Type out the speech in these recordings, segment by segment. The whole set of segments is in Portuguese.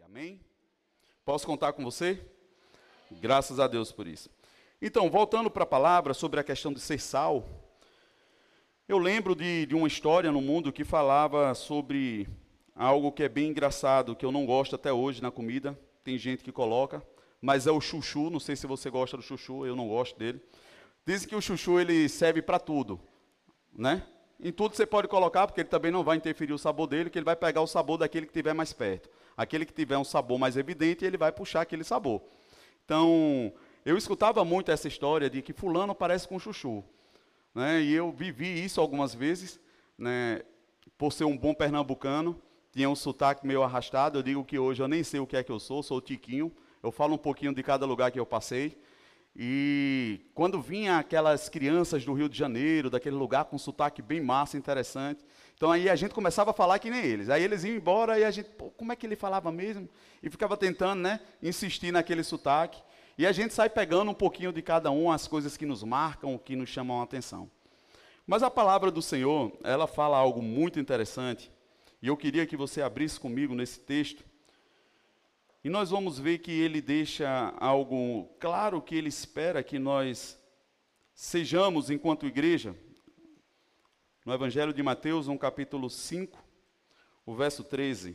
Amém? Posso contar com você? Graças a Deus por isso. Então, voltando para a palavra sobre a questão de ser sal, eu lembro de uma história no mundo que falava sobre algo que é bem engraçado, que eu não gosto até hoje na comida, tem gente que coloca, mas é o chuchu, não sei se você gosta do chuchu, eu não gosto dele. Dizem que o chuchu ele serve para tudo, né? Em tudo você pode colocar, porque ele também não vai interferir o sabor dele, que ele vai pegar o sabor daquele que estiver mais perto. Aquele que tiver um sabor mais evidente, ele vai puxar aquele sabor. Então, eu escutava muito essa história de que fulano parece com chuchu, né? E eu vivi isso algumas vezes, né? Por ser um bom pernambucano, tinha um sotaque meio arrastado. Eu digo que hoje eu nem sei o que é que eu sou o tiquinho. Eu falo um pouquinho de cada lugar que eu passei. E quando vinha aquelas crianças do Rio de Janeiro, daquele lugar com sotaque bem massa, interessante, então aí a gente começava a falar que nem eles. Aí eles iam embora e a gente, pô, como é que ele falava mesmo? E ficava tentando, né, insistir naquele sotaque. E a gente sai pegando um pouquinho de cada um, as coisas que nos marcam, que nos chamam a atenção. Mas a palavra do Senhor, ela fala algo muito interessante. E eu queria que você abrisse comigo nesse texto. E nós vamos ver que ele deixa algo claro que ele espera que nós sejamos enquanto igreja. No Evangelho de Mateus, no capítulo 5, o verso 13.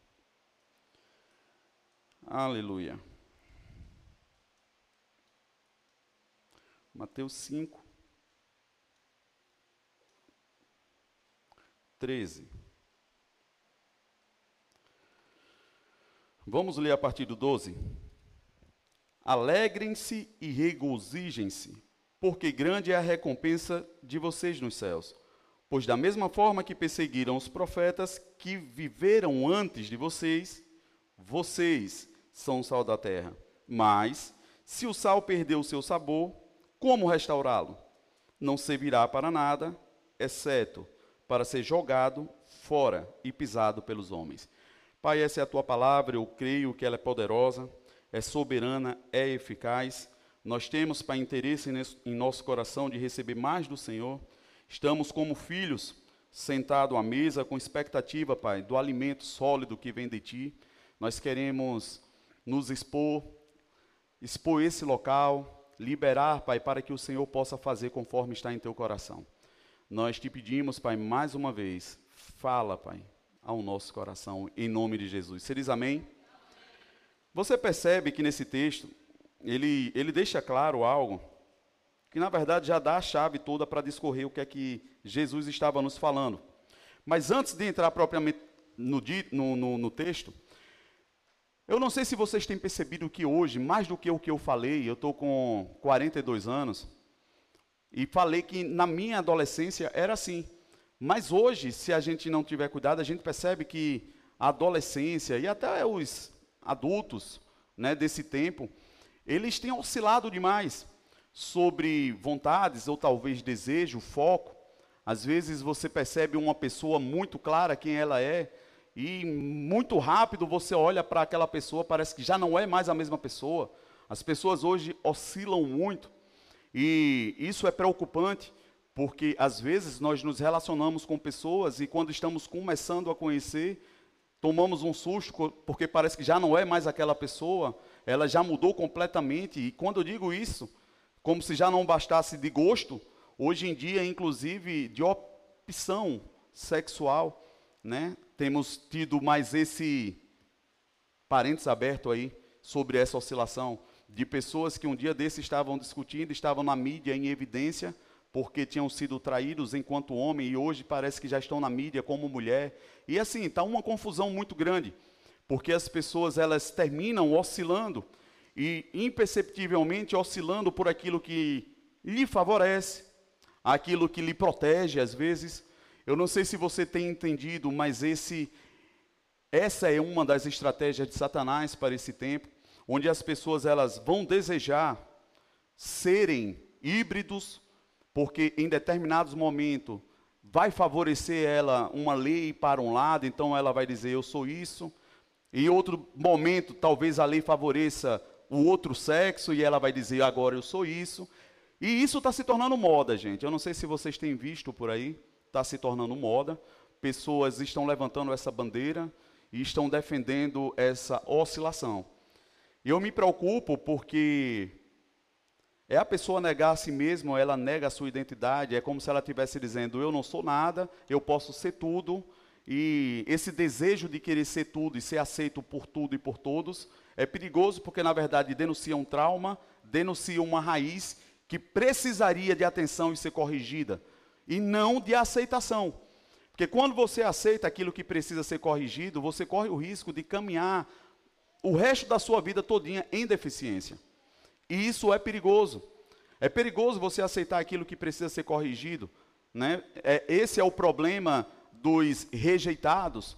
Aleluia. Mateus 5, 13. Vamos ler a partir do 12. Alegrem-se e regozijem-se, porque grande é a recompensa de vocês nos céus. Pois da mesma forma que perseguiram os profetas que viveram antes de vocês, vocês são o sal da terra. Mas, se o sal perdeu o seu sabor, como restaurá-lo? Não servirá para nada, exceto para ser jogado fora e pisado pelos homens. Pai, essa é a tua palavra, eu creio que ela é poderosa, é soberana, é eficaz. Nós temos, Pai, interesse em nosso coração de receber mais do Senhor. Estamos como filhos, sentados à mesa, com expectativa, Pai, do alimento sólido que vem de Ti. Nós queremos nos expor esse local, liberar, Pai, para que o Senhor possa fazer conforme está em Teu coração. Nós Te pedimos, Pai, mais uma vez, fala, Pai, ao nosso coração, em nome de Jesus. Você diz amém? Você percebe que nesse texto, ele deixa claro algo, que na verdade já dá a chave toda para discorrer o que é que Jesus estava nos falando. Mas antes de entrar propriamente no texto, eu não sei se vocês têm percebido que hoje, mais do que o que eu falei, eu estou com 42 anos, e falei que na minha adolescência era assim. Mas hoje, se a gente não tiver cuidado, a gente percebe que a adolescência e até os adultos, né, desse tempo, eles têm oscilado demais sobre vontades ou talvez desejo, foco. Às vezes você percebe uma pessoa muito clara quem ela é e muito rápido você olha para aquela pessoa, parece que já não é mais a mesma pessoa. As pessoas hoje oscilam muito e isso é preocupante. Porque, às vezes, nós nos relacionamos com pessoas e, quando estamos começando a conhecer, tomamos um susto, porque parece que já não é mais aquela pessoa, ela já mudou completamente. E, quando eu digo isso, como se já não bastasse de gosto, hoje em dia, inclusive, de opção sexual, né? Temos tido mais esse parênteses aberto aí, sobre essa oscilação, de pessoas que um dia desse estavam discutindo, estavam na mídia em evidência, porque tinham sido traídos enquanto homem e hoje parece que já estão na mídia como mulher. E assim, está uma confusão muito grande, porque as pessoas elas terminam oscilando e imperceptivelmente oscilando por aquilo que lhe favorece, aquilo que lhe protege às vezes. Eu não sei se você tem entendido, mas essa é uma das estratégias de Satanás para esse tempo, onde as pessoas elas vão desejar serem híbridos, porque em determinados momentos vai favorecer ela uma lei para um lado, então ela vai dizer eu sou isso, e em outro momento talvez a lei favoreça o outro sexo e ela vai dizer agora eu sou isso, e isso está se tornando moda, gente. Eu não sei se vocês têm visto por aí, está se tornando moda, pessoas estão levantando essa bandeira e estão defendendo essa oscilação. E eu me preocupo porque é a pessoa negar a si mesma, ela nega a sua identidade, é como se ela estivesse dizendo, eu não sou nada, eu posso ser tudo, e esse desejo de querer ser tudo e ser aceito por tudo e por todos é perigoso porque, na verdade, denuncia um trauma, denuncia uma raiz que precisaria de atenção e ser corrigida, e não de aceitação. Porque quando você aceita aquilo que precisa ser corrigido, você corre o risco de caminhar o resto da sua vida todinha em deficiência. E isso é perigoso. É perigoso você aceitar aquilo que precisa ser corrigido, né? Esse é o problema dos rejeitados.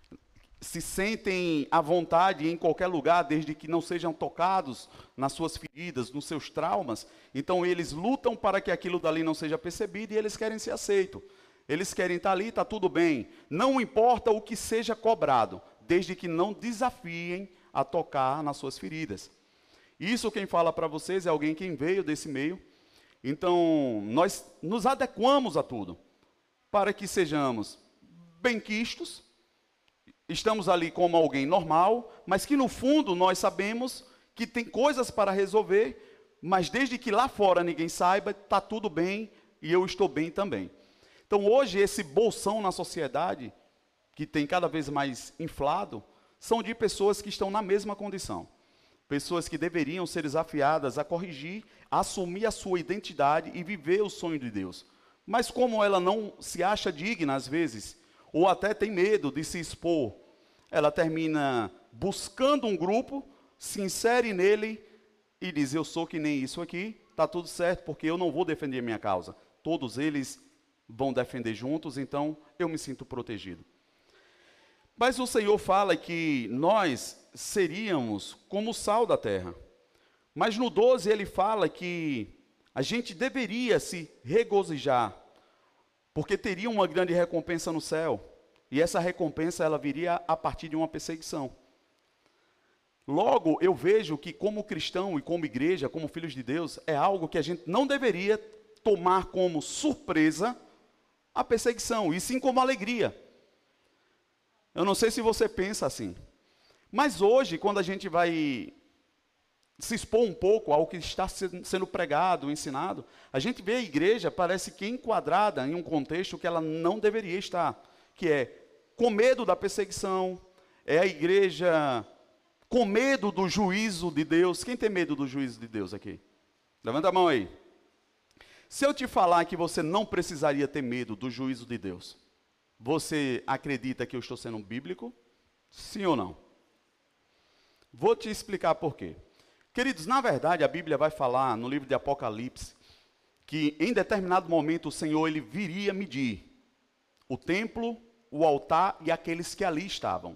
Se sentem à vontade em qualquer lugar, desde que não sejam tocados nas suas feridas, nos seus traumas. Então eles lutam para que aquilo dali não seja percebido e eles querem ser aceitos. Eles querem estar ali, está tudo bem. Não importa o que seja cobrado, desde que não desafiem a tocar nas suas feridas. Isso quem fala para vocês é alguém que veio desse meio. Então, nós nos adequamos a tudo, para que sejamos benquistos, estamos ali como alguém normal, mas que no fundo nós sabemos que tem coisas para resolver, mas desde que lá fora ninguém saiba, está tudo bem e eu estou bem também. Então hoje esse bolsão na sociedade, que tem cada vez mais inflado, são de pessoas que estão na mesma condição. Pessoas que deveriam ser desafiadas a corrigir, a assumir a sua identidade e viver o sonho de Deus. Mas como ela não se acha digna às vezes, ou até tem medo de se expor, ela termina buscando um grupo, se insere nele e diz, eu sou que nem isso aqui, está tudo certo, porque eu não vou defender a minha causa. Todos eles vão defender juntos, então eu me sinto protegido. Mas o Senhor fala que nós seríamos como o sal da terra. Mas no 12 ele fala que a gente deveria se regozijar, porque teria uma grande recompensa no céu. E essa recompensa ela viria a partir de uma perseguição. Logo, eu vejo que como cristão e como igreja, como filhos de Deus, é algo que a gente não deveria tomar como surpresa a perseguição, e sim como alegria. Eu não sei se você pensa assim. Mas hoje, quando a gente vai se expor um pouco ao que está sendo pregado, ensinado, a gente vê a igreja, parece que enquadrada em um contexto que ela não deveria estar, que é com medo da perseguição, é a igreja com medo do juízo de Deus. Quem tem medo do juízo de Deus aqui? Levanta a mão aí. Se eu te falar que você não precisaria ter medo do juízo de Deus, você acredita que eu estou sendo bíblico? Sim ou não? Vou te explicar por quê. Queridos, na verdade, a Bíblia vai falar no livro de Apocalipse que em determinado momento o Senhor ele viria medir o templo, o altar e aqueles que ali estavam.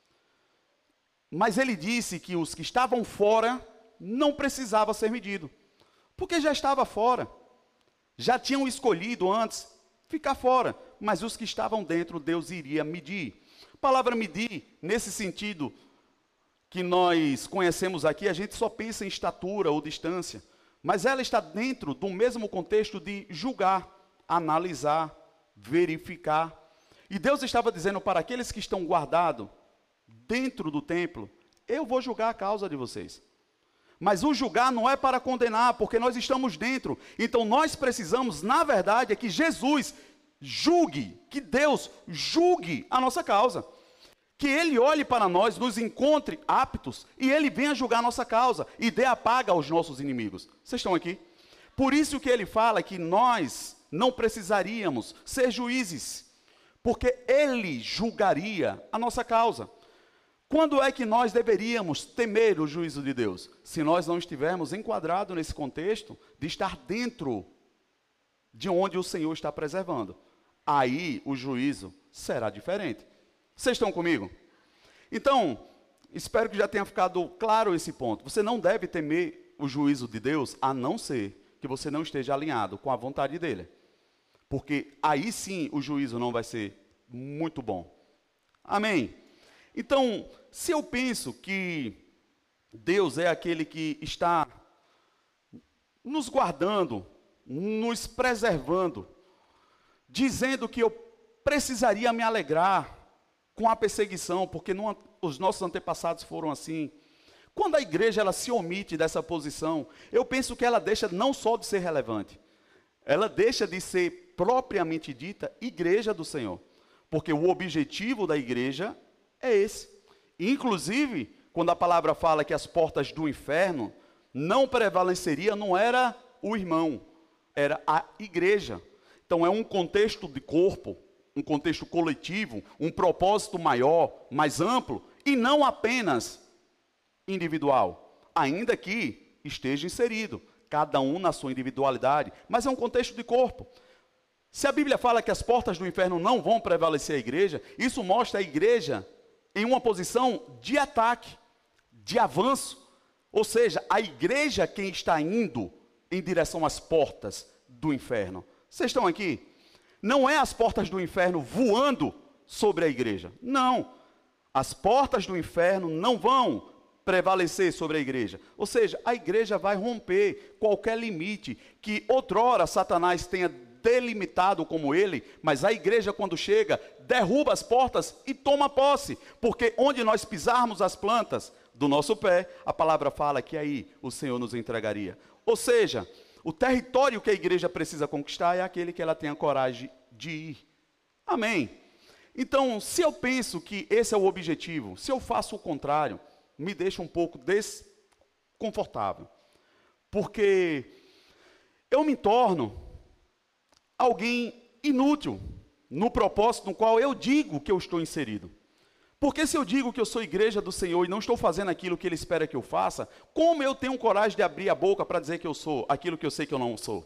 Mas ele disse que os que estavam fora não precisavam ser medidos, porque já estava fora. Já tinham escolhido antes ficar fora, mas os que estavam dentro, Deus iria medir. A palavra medir, nesse sentido que nós conhecemos aqui, a gente só pensa em estatura ou distância, mas ela está dentro do mesmo contexto de julgar, analisar, verificar. E Deus estava dizendo para aqueles que estão guardados dentro do templo, eu vou julgar a causa de vocês. Mas o julgar não é para condenar, porque nós estamos dentro. Então nós precisamos, na verdade, é que Jesus julgue, que Deus julgue a nossa causa. Que Ele olhe para nós, nos encontre aptos, e Ele venha julgar a nossa causa, e dê a paga aos nossos inimigos. Vocês estão aqui? Por isso que Ele fala que nós não precisaríamos ser juízes, porque Ele julgaria a nossa causa. Quando é que nós deveríamos temer o juízo de Deus? Se nós não estivermos enquadrados nesse contexto de estar dentro de onde o Senhor está preservando. Aí o juízo será diferente. Vocês estão comigo? Então, espero que já tenha ficado claro esse ponto. Você não deve temer o juízo de Deus, a não ser que você não esteja alinhado com a vontade dEle. Porque aí sim o juízo não vai ser muito bom. Amém? Então, se eu penso que Deus é aquele que está nos guardando, nos preservando, dizendo que eu precisaria me alegrar com a perseguição, porque os nossos antepassados foram assim. Quando a igreja ela se omite dessa posição, eu penso que ela deixa não só de ser relevante, ela deixa de ser propriamente dita igreja do Senhor, porque o objetivo da igreja é esse. Inclusive, quando a palavra fala que as portas do inferno não prevaleceria, não era o irmão, era a igreja. Então é um contexto de corpo, um contexto coletivo, um propósito maior, mais amplo, e não apenas individual, ainda que esteja inserido, cada um na sua individualidade, mas é um contexto de corpo. Se a Bíblia fala que as portas do inferno não vão prevalecer a igreja, isso mostra a igreja em uma posição de ataque, de avanço, ou seja, a igreja quem está indo em direção às portas do inferno. Vocês estão aqui? Não é as portas do inferno voando sobre a igreja, não. As portas do inferno não vão prevalecer sobre a igreja. Ou seja, a igreja vai romper qualquer limite que outrora Satanás tenha delimitado como ele, mas a igreja quando chega, derruba as portas e toma posse, porque onde nós pisarmos as plantas do nosso pé, a palavra fala que aí o Senhor nos entregaria. Ou seja, o território que a igreja precisa conquistar é aquele que ela tenha coragem de ir. Amém? Então, se eu penso que esse é o objetivo, se eu faço o contrário, me deixa um pouco desconfortável, porque eu me torno alguém inútil no propósito no qual eu digo que eu estou inserido. Porque se eu digo que eu sou igreja do Senhor e não estou fazendo aquilo que Ele espera que eu faça, como eu tenho coragem de abrir a boca para dizer que eu sou aquilo que eu sei que eu não sou?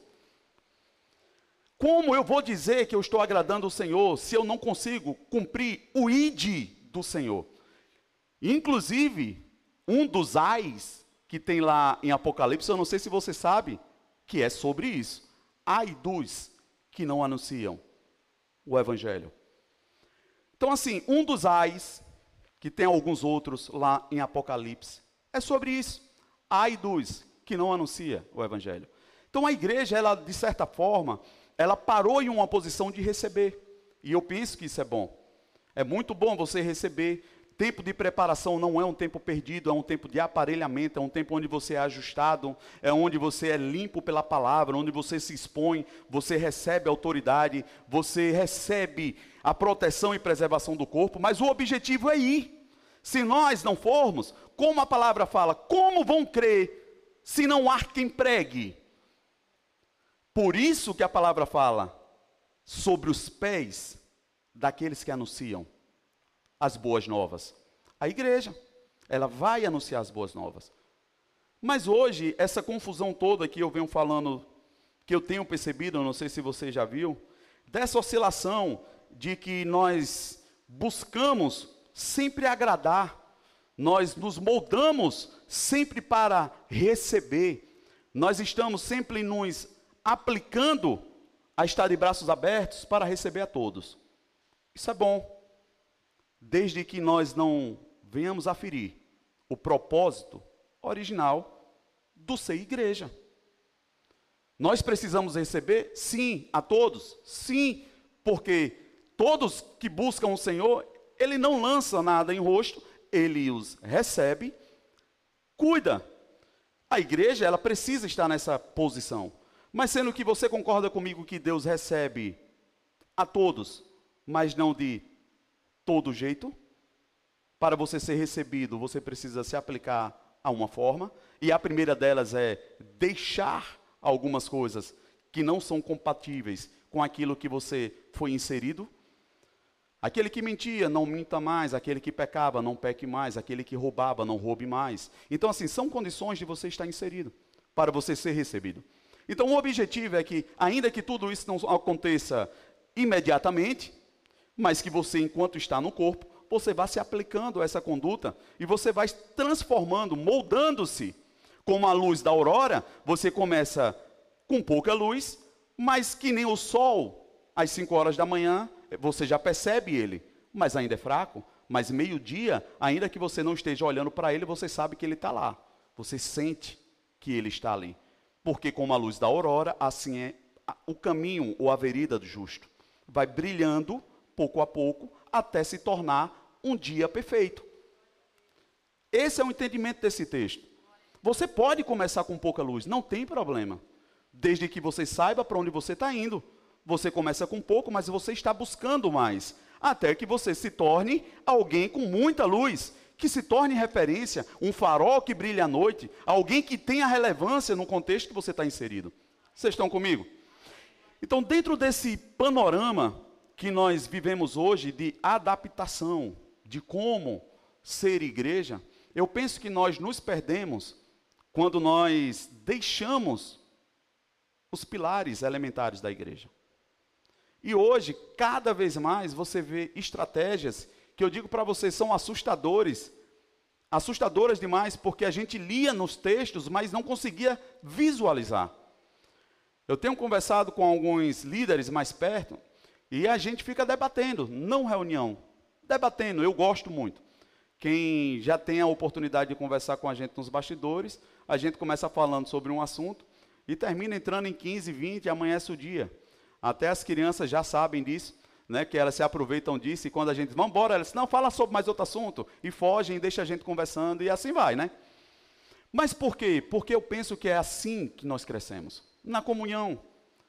Como eu vou dizer que eu estou agradando o Senhor se eu não consigo cumprir o id do Senhor? Inclusive, um dos ais que tem lá em Apocalipse, eu não sei se você sabe, que é sobre isso. Ai dos que não anunciam o Evangelho. Então assim, um dos ais, que tem alguns outros lá em Apocalipse, é sobre isso. Ai dos que não anuncia o Evangelho. Então a igreja, ela de certa forma, ela parou em uma posição de receber. E eu penso que isso é bom. É muito bom você receber. Tempo de preparação não é um tempo perdido, é um tempo de aparelhamento, é um tempo onde você é ajustado, é onde você é limpo pela palavra, onde você se expõe, você recebe autoridade, você recebe a proteção e preservação do corpo, mas o objetivo é ir. Se nós não formos, como a palavra fala, como vão crer se não há quem pregue? Por isso que a palavra fala sobre os pés daqueles que anunciam as boas novas. A igreja, ela vai anunciar as boas novas. Mas hoje, essa confusão toda que eu venho falando, que eu tenho percebido, eu não sei se você já viu, dessa oscilação de que nós buscamos sempre agradar, nós nos moldamos sempre para receber, nós estamos sempre nos aplicando a estar de braços abertos para receber a todos. Isso é bom. Desde que nós não venhamos a ferir o propósito original do ser igreja. Nós precisamos receber, sim, a todos, sim, porque todos que buscam o Senhor, Ele não lança nada em rosto, Ele os recebe, cuida. A igreja, ela precisa estar nessa posição. Mas sendo que você concorda comigo que Deus recebe a todos, mas não de todo jeito, para você ser recebido, você precisa se aplicar a uma forma, e a primeira delas é deixar algumas coisas que não são compatíveis com aquilo que você foi inserido. Aquele que mentia, não minta mais. Aquele que pecava, não peque mais. Aquele que roubava, não roube mais. Então assim, são condições de você estar inserido, para você ser recebido. Então o objetivo é que, ainda que tudo isso não aconteça imediatamente, mas que você, enquanto está no corpo, você vai se aplicando a essa conduta e você vai transformando, moldando-se. Como a luz da aurora, você começa com pouca luz, mas que nem o sol, às 5 horas da manhã, você já percebe ele, mas ainda é fraco. Mas meio-dia, ainda que você não esteja olhando para ele, você sabe que ele está lá. Você sente que ele está ali. Porque como a luz da aurora, assim é o caminho ou a vereda do justo. Vai brilhando pouco a pouco, até se tornar um dia perfeito. Esse é o entendimento desse texto. Você pode começar com pouca luz, não tem problema. Desde que você saiba para onde você está indo. Você começa com pouco, mas você está buscando mais. Até que você se torne alguém com muita luz, que se torne referência, um farol que brilha à noite, alguém que tenha relevância no contexto que você está inserido. Vocês estão comigo? Então, dentro desse panorama que nós vivemos hoje de adaptação, de como ser igreja, eu penso que nós nos perdemos quando nós deixamos os pilares elementares da igreja. E hoje, cada vez mais, você vê estratégias que eu digo para vocês são assustadoras demais, porque a gente lia nos textos, mas não conseguia visualizar. Eu tenho conversado com alguns líderes mais perto, e a gente fica debatendo, não reunião, debatendo, eu gosto muito. Quem já tem a oportunidade de conversar com a gente nos bastidores, a gente começa falando sobre um assunto, e termina entrando em 15, 20, e amanhece o dia. Até as crianças já sabem disso, né, que elas se aproveitam disso, e quando a gente, vamos embora, elas dizem, não, fala sobre mais outro assunto, e fogem, deixa a gente conversando, e assim vai, né? Mas por quê? Porque eu penso que é assim que nós crescemos. Na comunhão,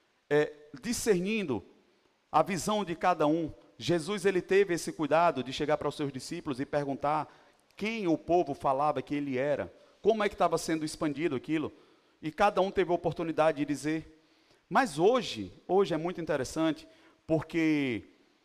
discernindo a visão de cada um. Jesus, ele teve esse cuidado de chegar para os seus discípulos e perguntar quem o povo falava que ele era, como é que estava sendo expandido aquilo, e cada um teve a oportunidade de dizer. Mas hoje é muito interessante, porque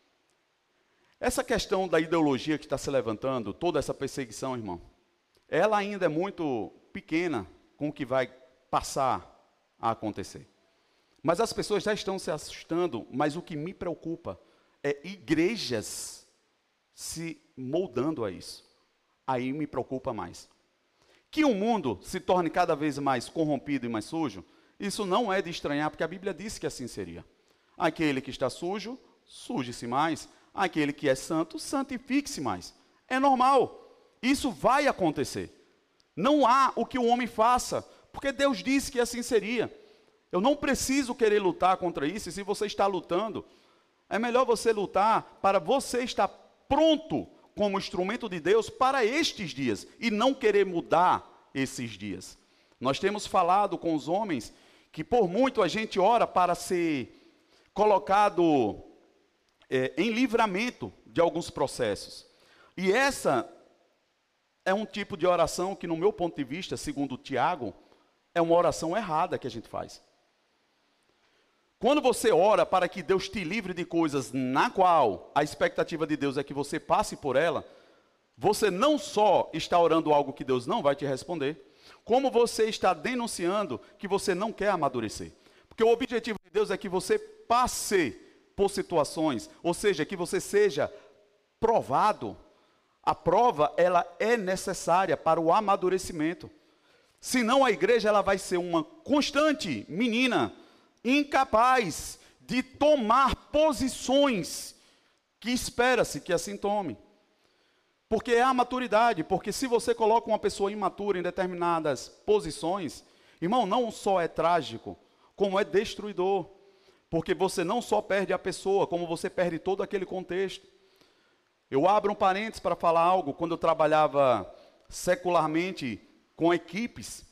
essa questão da ideologia que está se levantando, toda essa perseguição, irmão, ela ainda é muito pequena com o que vai passar a acontecer. Mas as pessoas já estão se assustando, mas o que me preocupa é igrejas se moldando a isso. Aí me preocupa mais. Que o mundo se torne cada vez mais corrompido e mais sujo, isso não é de estranhar, porque a Bíblia disse que assim seria. Aquele que está sujo, suje-se mais. Aquele que é santo, santifique-se mais. É normal. Isso vai acontecer. Não há o que o homem faça, porque Deus disse que assim seria. Eu não preciso querer lutar contra isso, e se você está lutando, é melhor você lutar para você estar pronto como instrumento de Deus para estes dias, e não querer mudar esses dias. Nós temos falado com os homens que por muito a gente ora para ser colocado em livramento de alguns processos. E essa é um tipo de oração que, no meu ponto de vista, segundo Tiago, é uma oração errada que a gente faz. Quando você ora para que Deus te livre de coisas na qual a expectativa de Deus é que você passe por ela, você não só está orando algo que Deus não vai te responder, como você está denunciando que você não quer amadurecer. Porque o objetivo de Deus é que você passe por situações, ou seja, que você seja provado. A prova, ela é necessária para o amadurecimento. Senão a igreja ela vai ser uma constante menina, incapaz de tomar posições que espera-se que assim tome. Porque é a maturidade, porque se você coloca uma pessoa imatura em determinadas posições, irmão, não só é trágico, como é destruidor. Porque você não só perde a pessoa, como você perde todo aquele contexto. Eu abro um parênteses para falar algo, quando eu trabalhava secularmente com equipes,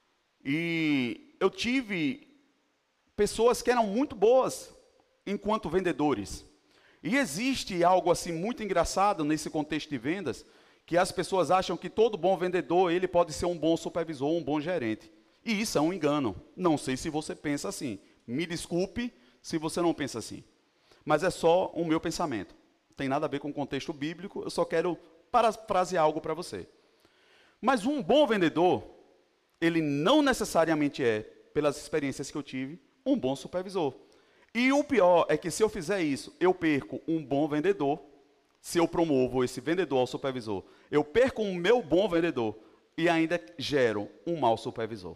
e eu tive pessoas que eram muito boas enquanto vendedores. E existe algo assim muito engraçado nesse contexto de vendas, que as pessoas acham que todo bom vendedor, ele pode ser um bom supervisor, um bom gerente. E isso é um engano. Não sei se você pensa assim. Me desculpe se você não pensa assim. Mas é só o meu pensamento. Não tem nada a ver com o contexto bíblico, eu só quero parafrasear algo para você. Mas um bom vendedor, ele não necessariamente é, pelas experiências que eu tive, um bom supervisor. E o pior é que se eu fizer isso, eu perco um bom vendedor. Se eu promovo esse vendedor ao supervisor, eu perco o meu bom vendedor e ainda gero um mau supervisor.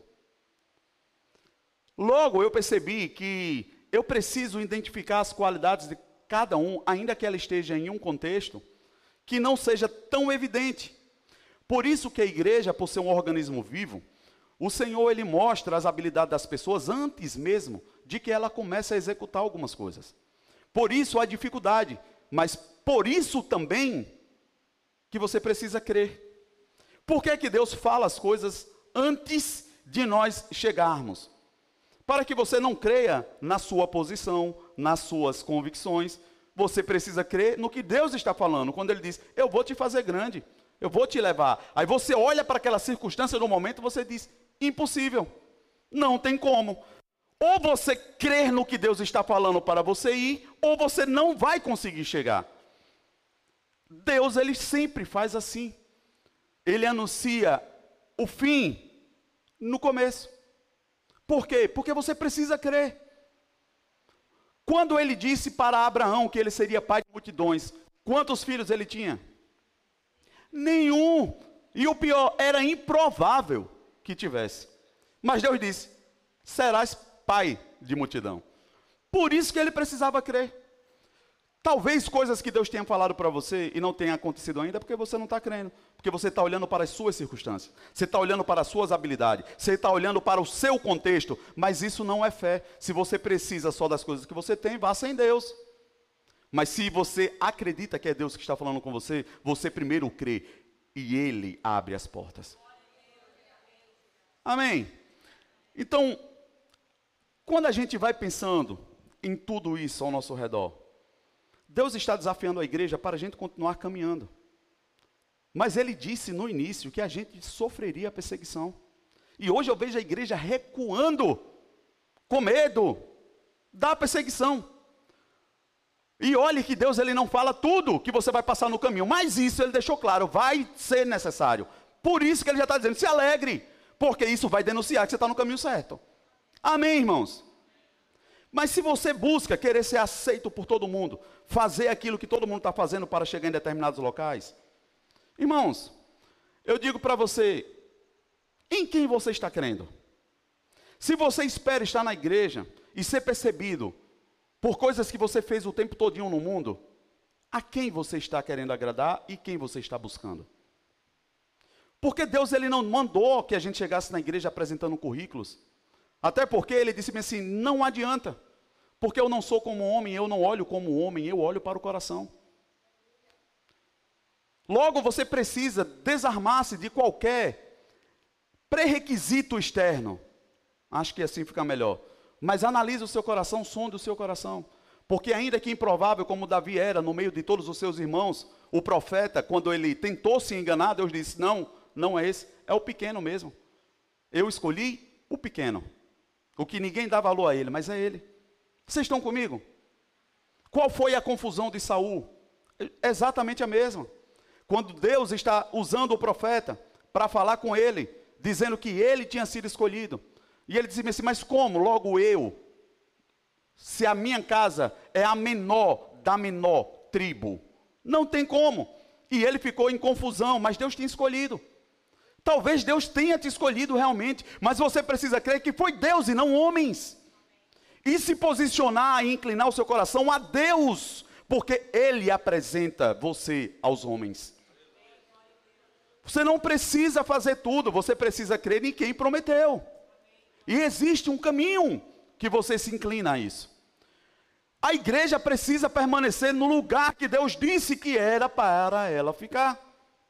Logo, eu percebi que eu preciso identificar as qualidades de cada um, ainda que ela esteja em um contexto que não seja tão evidente. Por isso que a igreja, por ser um organismo vivo, o Senhor, ele mostra as habilidades das pessoas antes mesmo de que ela comece a executar algumas coisas. Por isso a dificuldade, mas por isso também que você precisa crer. Por que que Deus fala as coisas antes de nós chegarmos? Para que você não creia na sua posição, nas suas convicções. Você precisa crer no que Deus está falando. Quando Ele diz, eu vou te fazer grande, eu vou te levar. Aí você olha para aquela circunstância do momento e você diz, impossível, não tem como. Ou você crer no que Deus está falando para você ir, ou você não vai conseguir chegar. Deus, Ele sempre faz assim. Ele anuncia o fim no começo. Por quê? Porque você precisa crer. Quando Ele disse para Abraão que ele seria pai de multidões, quantos filhos ele tinha? Nenhum. E o pior, era improvável que tivesse. Mas Deus disse, serás pai de multidão. Por isso que ele precisava crer. Talvez coisas que Deus tenha falado para você e não tenha acontecido ainda, porque você não está crendo. Porque você está olhando para as suas circunstâncias. Você está olhando para as suas habilidades. Você está olhando para o seu contexto. Mas isso não é fé. Se você precisa só das coisas que você tem, vá sem Deus. Mas se você acredita que é Deus que está falando com você, você primeiro crê. E Ele abre as portas. Amém? Então, quando a gente vai pensando em tudo isso ao nosso redor, Deus está desafiando a igreja para a gente continuar caminhando. Mas Ele disse no início que a gente sofreria perseguição. E hoje eu vejo a igreja recuando, com medo da perseguição. E olhe que Deus, Ele não fala tudo que você vai passar no caminho. Mas isso Ele deixou claro, vai ser necessário. Por isso que Ele já está dizendo, se alegre. Porque isso vai denunciar que você está no caminho certo. Amém, irmãos? Mas se você busca querer ser aceito por todo mundo, fazer aquilo que todo mundo está fazendo para chegar em determinados locais, irmãos, eu digo para você, em quem você está crendo? Se você espera estar na igreja e ser percebido por coisas que você fez o tempo todinho no mundo, a quem você está querendo agradar e quem você está buscando? Porque Deus, Ele não mandou que a gente chegasse na igreja apresentando currículos. Até porque Ele disse assim, não adianta. Porque eu não sou como homem, eu não olho como homem, eu olho para o coração. Logo, você precisa desarmar-se de qualquer pré-requisito externo. Acho que assim fica melhor. Mas analise o seu coração, sonde o seu coração. Porque ainda que improvável, como Davi era, no meio de todos os seus irmãos, o profeta, quando ele tentou se enganar, Deus disse, não, não é esse, é o pequeno mesmo. Eu escolhi o pequeno. O que ninguém dá valor a ele, mas é ele. Vocês estão comigo? Qual foi a confusão de Saul? Exatamente a mesma. Quando Deus está usando o profeta para falar com ele, dizendo que ele tinha sido escolhido. E ele dizia assim, mas como? Logo eu, se a minha casa é a menor da menor tribo. Não tem como. E ele ficou em confusão, mas Deus tinha escolhido. Talvez Deus tenha te escolhido realmente, mas você precisa crer que foi Deus e não homens. E se posicionar e inclinar o seu coração a Deus, porque Ele apresenta você aos homens. Você não precisa fazer tudo, você precisa crer em quem prometeu. E existe um caminho que você se inclina a isso. A igreja precisa permanecer no lugar que Deus disse que era para ela ficar.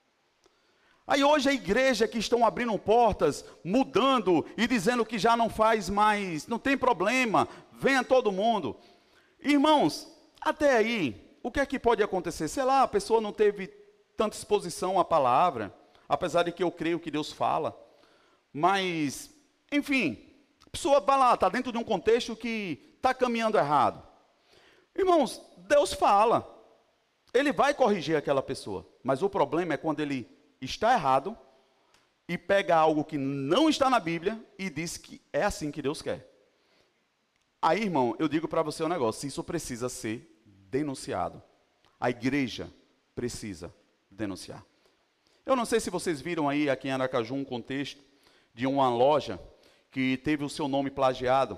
Aí hoje a igreja que estão abrindo portas, mudando e dizendo que já não faz mais, não tem problema, venha todo mundo. Irmãos, até aí, o que é que pode acontecer? Sei lá, a pessoa não teve tanta exposição à palavra, apesar de que eu creio que Deus fala. Mas, enfim, a pessoa vai lá, está dentro de um contexto que está caminhando errado. Irmãos, Deus fala, Ele vai corrigir aquela pessoa, mas o problema é quando Ele está errado e pega algo que não está na Bíblia e diz que é assim que Deus quer. Aí, irmão, eu digo para você um negócio, isso precisa ser denunciado. A igreja precisa denunciar. Eu não sei se vocês viram aí aqui em Aracaju um contexto de uma loja que teve o seu nome plagiado.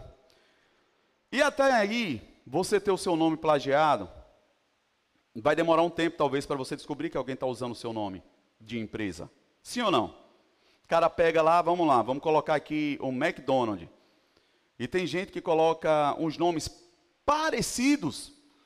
E até aí, você ter o seu nome plagiado, vai demorar um tempo talvez para você descobrir que alguém está usando o seu nome de empresa. Sim ou não? O cara pega lá, vamos colocar aqui o McDonald's. E tem gente que coloca uns nomes parecidos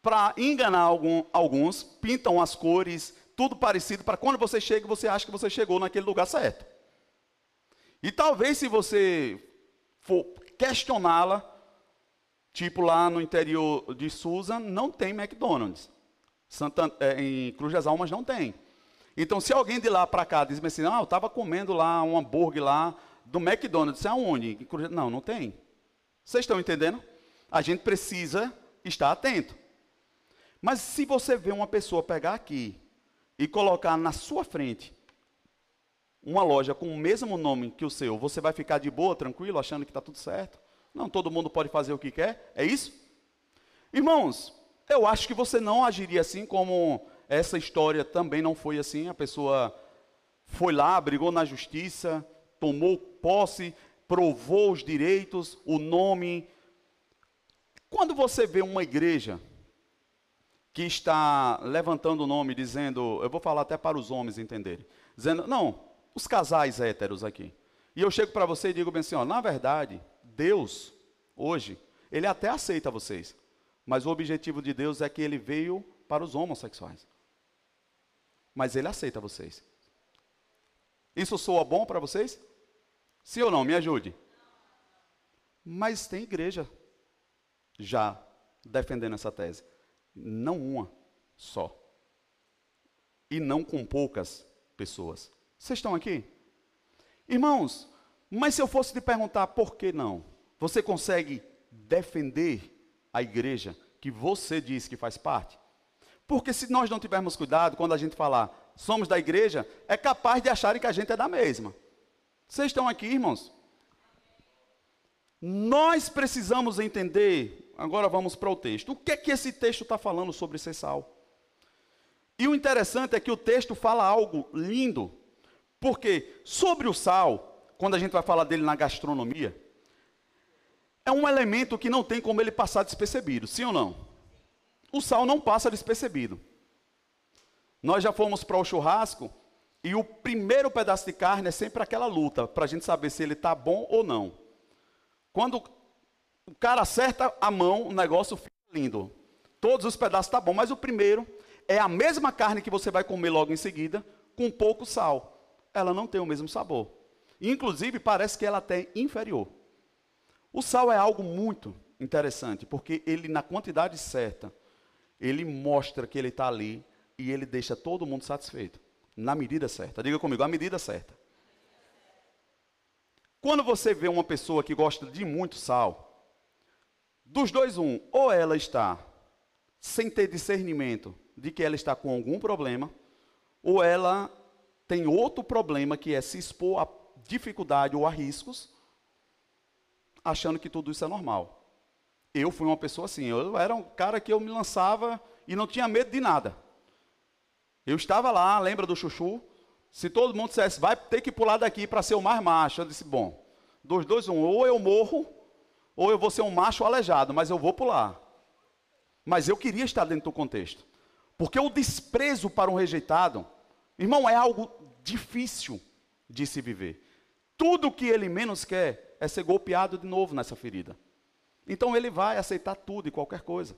para enganar alguns, pintam as cores, tudo parecido, para quando você chega, você acha que você chegou naquele lugar certo. E talvez se você for questioná-la, tipo lá no interior de Susan, não tem McDonald's. Em Cruz das Almas não tem. Então, se alguém de lá para cá diz assim, eu estava comendo lá um hambúrguer lá do McDonald's, aonde? Não, não tem. Vocês estão entendendo? A gente precisa estar atento. Mas se você vê uma pessoa pegar aqui e colocar na sua frente uma loja com o mesmo nome que o seu, você vai ficar de boa, tranquilo, achando que está tudo certo? Não, todo mundo pode fazer o que quer? É isso? Irmãos, eu acho que você não agiria assim, como essa história também não foi assim. A pessoa foi lá, brigou na justiça, tomou posse, provou os direitos, o nome. Quando você vê uma igreja que está levantando o nome, dizendo, eu vou falar até para os homens entenderem, dizendo, não, os casais héteros aqui. E eu chego para você e digo bem assim, na verdade, Deus, hoje, Ele até aceita vocês. Mas o objetivo de Deus é que Ele veio para os homossexuais. Mas Ele aceita vocês. Isso soa bom para vocês? Sim ou não? Me ajude. Mas tem igreja já defendendo essa tese. Não uma só. E não com poucas pessoas. Vocês estão aqui? Irmãos, mas se eu fosse te perguntar por que não? Você consegue defender a igreja que você diz que faz parte? Porque se nós não tivermos cuidado, quando a gente falar, somos da igreja, é capaz de acharem que a gente é da mesma. Vocês estão aqui, irmãos? Nós precisamos entender, agora vamos para o texto. O que é que esse texto está falando sobre ser sal? E o interessante é que o texto fala algo lindo, porque sobre o sal, quando a gente vai falar dele na gastronomia, é um elemento que não tem como ele passar despercebido, sim ou não? O sal não passa despercebido. Nós já fomos para o churrasco e o primeiro pedaço de carne é sempre aquela luta, para a gente saber se ele está bom ou não. Quando o cara acerta a mão, o negócio fica lindo. Todos os pedaços estão bom, mas o primeiro é a mesma carne que você vai comer logo em seguida, com pouco sal. Ela não tem o mesmo sabor. Inclusive, parece que ela até é inferior. O sal é algo muito interessante, porque ele, na quantidade certa, ele mostra que ele está ali e ele deixa todo mundo satisfeito. Na medida certa. Diga comigo, a medida certa. Quando você vê uma pessoa que gosta de muito sal, dos dois, ou ela está sem ter discernimento de que ela está com algum problema, ou ela tem outro problema, que é se expor a dificuldade ou a riscos, achando que tudo isso é normal. Eu fui uma pessoa assim, eu era um cara que eu me lançava e não tinha medo de nada. Eu estava lá, lembra do chuchu? Se todo mundo dissesse, vai ter que pular daqui para ser o mais macho, eu disse, bom, dos dois, ou eu morro, ou eu vou ser um macho aleijado, mas eu vou pular. Mas eu queria estar dentro do contexto. Porque o desprezo para um rejeitado, irmão, é algo difícil de se viver. Tudo que ele menos quer é ser golpeado de novo nessa ferida. Então ele vai aceitar tudo e qualquer coisa.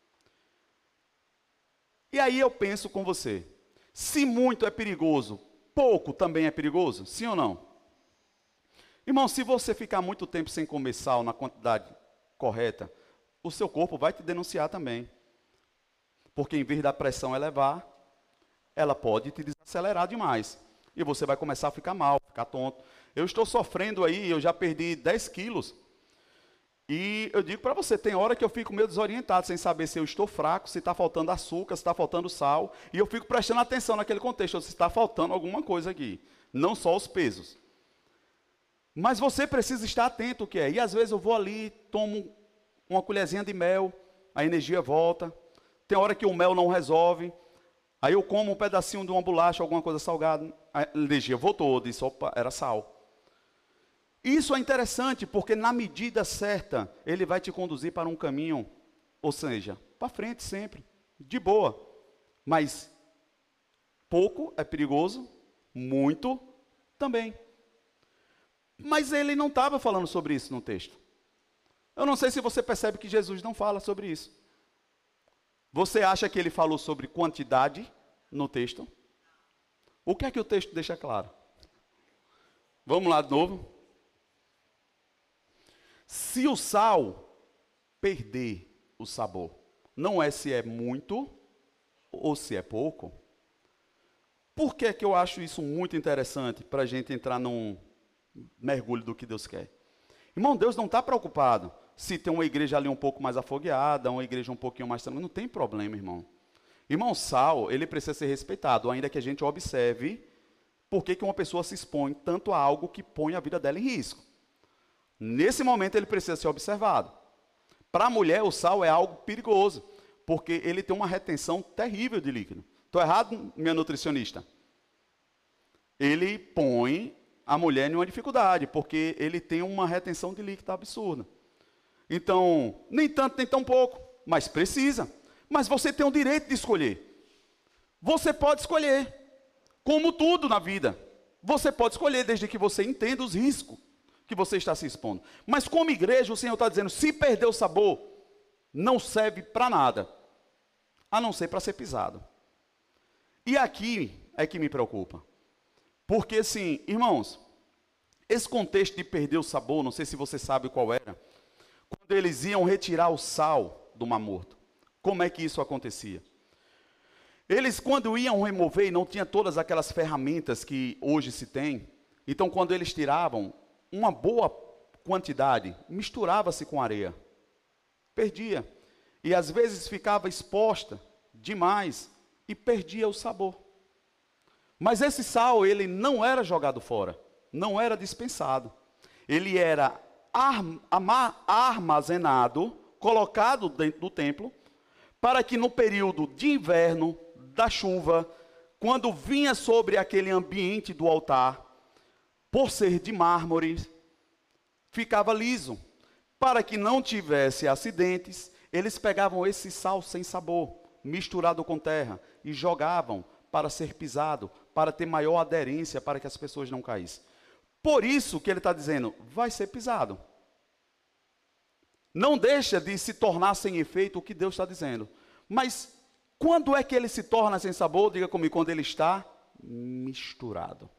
E aí eu penso com você, se muito é perigoso, pouco também é perigoso? Sim ou não? Irmão, se você ficar muito tempo sem comer sal na quantidade correta, o seu corpo vai te denunciar também. Porque em vez da pressão elevar, ela pode te desacelerar demais. E você vai começar a ficar mal, ficar tonto. Eu estou sofrendo aí, eu já perdi 10 quilos. E eu digo para você, tem hora que eu fico meio desorientado, sem saber se eu estou fraco, se está faltando açúcar, se está faltando sal. E eu fico prestando atenção naquele contexto, se está faltando alguma coisa aqui. Não só os pesos. Mas você precisa estar atento o que é. E às vezes eu vou ali, tomo uma colherzinha de mel, a energia volta. Tem hora que o mel não resolve. Aí eu como um pedacinho de uma bolacha, alguma coisa salgada, a energia voltou, eu disse, opa, era sal. Isso é interessante, porque na medida certa, ele vai te conduzir para um caminho, ou seja, para frente sempre, de boa. Mas pouco é perigoso, muito também. Mas ele não estava falando sobre isso no texto. Eu não sei se você percebe que Jesus não fala sobre isso. Você acha que ele falou sobre quantidade no texto? O que é que o texto deixa claro? Vamos lá de novo. Se o sal perder o sabor, não é se é muito ou se é pouco. Por que é que eu acho isso muito interessante para a gente entrar num mergulho do que Deus quer? Irmão, Deus não está preocupado se tem uma igreja ali um pouco mais afogueada, uma igreja um pouquinho mais... Não tem problema, irmão. Irmão, sal, ele precisa ser respeitado, ainda que a gente observe por que uma pessoa se expõe tanto a algo que põe a vida dela em risco. Nesse momento, ele precisa ser observado. Para a mulher, o sal é algo perigoso, porque ele tem uma retenção terrível de líquido. Estou errado, minha nutricionista? Ele põe a mulher em uma dificuldade, porque ele tem uma retenção de líquido absurda. Então, nem tanto, nem tão pouco, mas precisa. Mas você tem o direito de escolher. Você pode escolher, como tudo na vida. Você pode escolher, desde que você entenda os riscos que você está se expondo. Mas como igreja, o Senhor está dizendo, se perder o sabor, não serve para nada, a não ser para ser pisado. E aqui é que me preocupa. Porque, assim, irmãos, esse contexto de perder o sabor, não sei se você sabe qual era, quando eles iam retirar o sal do Mar Morto, como é que isso acontecia? Eles, quando iam remover, e não tinha todas aquelas ferramentas que hoje se tem, então, quando eles tiravam, uma boa quantidade misturava-se com areia, perdia, e às vezes ficava exposta demais e perdia o sabor. Mas esse sal, ele não era jogado fora, não era dispensado, ele era armazenado, colocado dentro do templo, para que no período de inverno, da chuva, quando vinha sobre aquele ambiente do altar, por ser de mármore, ficava liso. Para que não tivesse acidentes, eles pegavam esse sal sem sabor, misturado com terra, e jogavam para ser pisado, para ter maior aderência, para que as pessoas não caíssem. Por isso que ele está dizendo, vai ser pisado. Não deixa de se tornar sem efeito o que Deus está dizendo. Mas quando é que ele se torna sem sabor? Diga comigo, quando ele está misturado.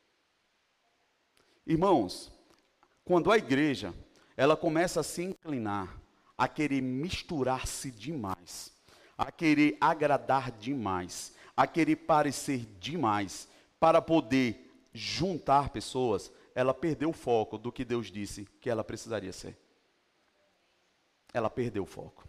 Irmãos, quando a igreja, ela começa a se inclinar, a querer misturar-se demais, a querer agradar demais, a querer parecer demais, para poder juntar pessoas, ela perdeu o foco do que Deus disse que ela precisaria ser. Ela perdeu o foco.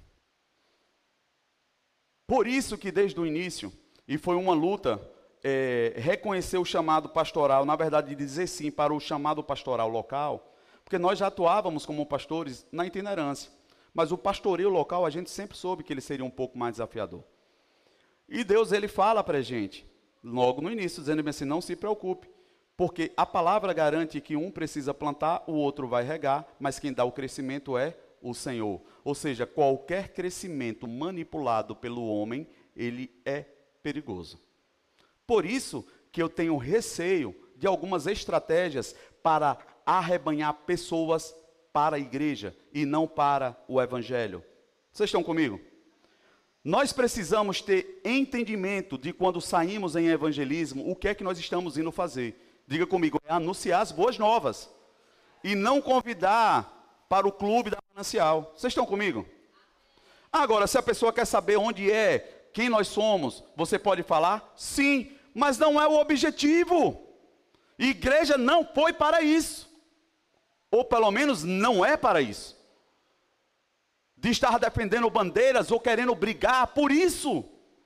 Por isso que desde o início, e foi uma luta, reconhecer o chamado pastoral, na verdade dizer sim para o chamado pastoral local, porque nós já atuávamos como pastores na itinerância, mas o pastoreio local a gente sempre soube que ele seria um pouco mais desafiador. E Deus, ele fala para a gente, logo no início, dizendo assim, não se preocupe, porque a palavra garante que um precisa plantar, o outro vai regar, mas quem dá o crescimento é o Senhor. Ou seja, qualquer crescimento manipulado pelo homem, ele é perigoso. Por isso que eu tenho receio de algumas estratégias para arrebanhar pessoas para a igreja e não para o evangelho. Vocês estão comigo? Nós precisamos ter entendimento de quando saímos em evangelismo, o que é que nós estamos indo fazer. Diga comigo, é anunciar as boas novas. E não convidar para o clube da manancial. Vocês estão comigo? Agora, se a pessoa quer saber onde é, quem nós somos, você pode falar? Sim, mas não é o objetivo. Igreja não foi para isso. Ou pelo menos não é para isso. De estar defendendo bandeiras ou querendo brigar por isso.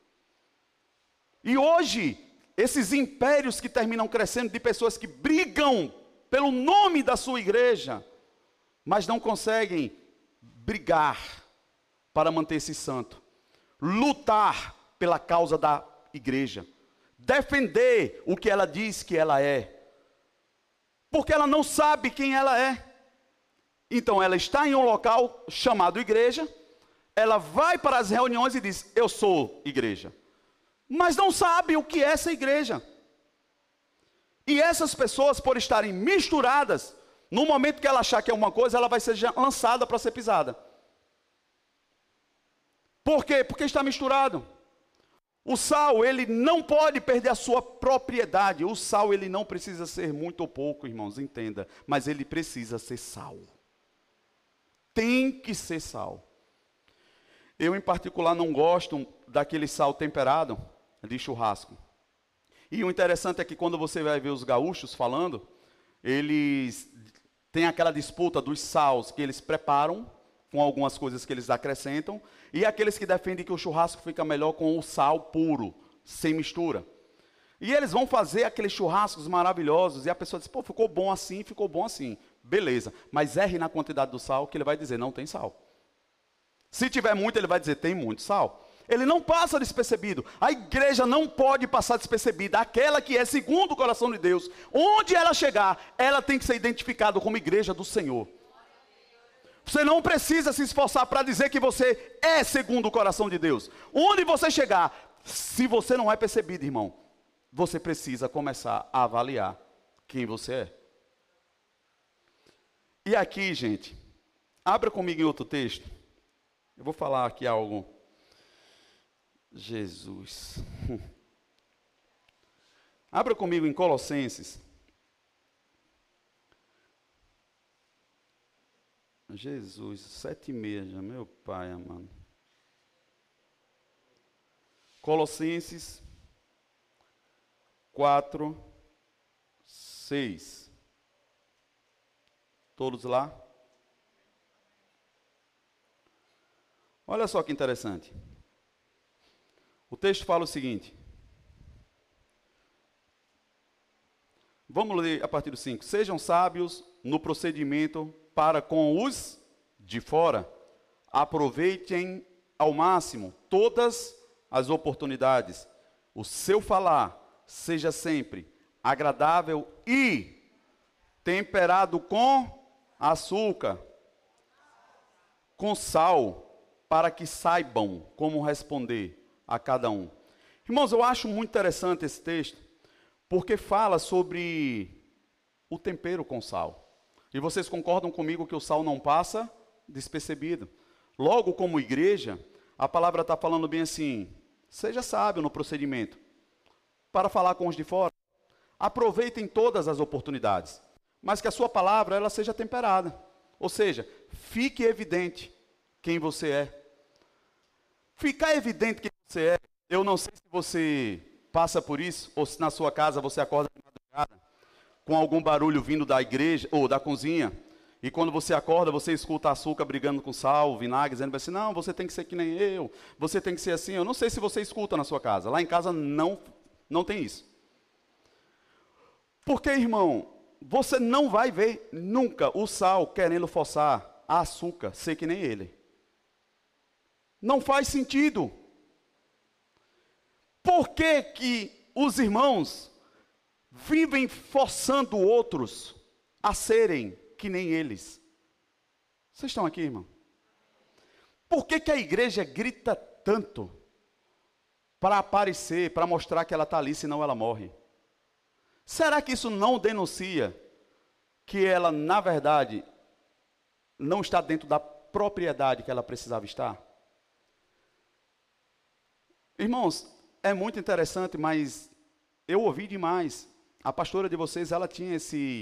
E hoje, esses impérios que terminam crescendo de pessoas que brigam pelo nome da sua igreja, mas não conseguem brigar para manter-se santo, lutar pela causa da igreja, defender o que ela diz que ela é, porque ela não sabe quem ela é. Então ela está em um local chamado igreja, ela vai para as reuniões e diz, eu sou igreja, mas não sabe o que é essa igreja. E essas pessoas, por estarem misturadas, no momento que ela achar que é uma coisa, ela vai ser lançada para ser pisada. Por quê? Porque está misturado. O sal, ele não pode perder a sua propriedade. O sal, ele não precisa ser muito ou pouco, irmãos, entenda. Mas ele precisa ser sal. Tem que ser sal. Eu, em particular, não gosto daquele sal temperado de churrasco. E o interessante é que quando você vai ver os gaúchos falando, eles têm aquela disputa dos sals que eles preparam, com algumas coisas que eles acrescentam, e aqueles que defendem que o churrasco fica melhor com o sal puro, sem mistura. E eles vão fazer aqueles churrascos maravilhosos, e a pessoa diz, pô, ficou bom assim, ficou bom assim. Beleza, mas erre na quantidade do sal, que ele vai dizer, não tem sal. Se tiver muito, ele vai dizer, tem muito sal. Ele não passa despercebido. A igreja não pode passar despercebida. Aquela que é segundo o coração de Deus. Onde ela chegar, ela tem que ser identificada como igreja do Senhor. Você não precisa se esforçar para dizer que você é segundo o coração de Deus. Onde você chegar, se você não é percebido, irmão, você precisa começar a avaliar quem você é. E aqui, gente, abra comigo em outro texto. Eu vou falar aqui algo. Jesus. Abra comigo em Colossenses. Jesus, 7:30 já, meu pai amado. Colossenses 4:6. Todos lá? Olha só que interessante. O texto fala o seguinte. Vamos ler a partir do 5. Sejam sábios no procedimento para com os de fora. Aproveitem ao máximo todas as oportunidades. O seu falar seja sempre agradável e temperado com açúcar, com sal, para que saibam como responder a cada um. Irmãos, eu acho muito interessante esse texto, porque fala sobre o tempero com sal. E vocês concordam comigo que o sal não passa despercebido. Logo, como igreja, a palavra está falando bem assim, seja sábio no procedimento, para falar com os de fora. Aproveitem todas as oportunidades, mas que a sua palavra ela seja temperada. Ou seja, fique evidente quem você é. Ficar evidente quem você é, eu não sei se você passa por isso, ou se na sua casa você acorda de madrugada, com algum barulho vindo da igreja, ou da cozinha, e quando você acorda, você escuta açúcar brigando com sal, vinagre, dizendo assim, não, você tem que ser que nem eu, você tem que ser assim. Eu não sei se você escuta na sua casa, lá em casa não tem isso. Porque, irmão, você não vai ver nunca o sal querendo forçar a açúcar ser que nem ele. Não faz sentido. Por que que os irmãos vivem forçando outros a serem que nem eles? Vocês estão aqui, irmão? Por que que a igreja grita tanto para aparecer, para mostrar que ela está ali, senão ela morre? Será que isso não denuncia que ela, na verdade, não está dentro da propriedade que ela precisava estar? Irmãos, é muito interessante, mas eu ouvi demais. A pastora de vocês, ela tinha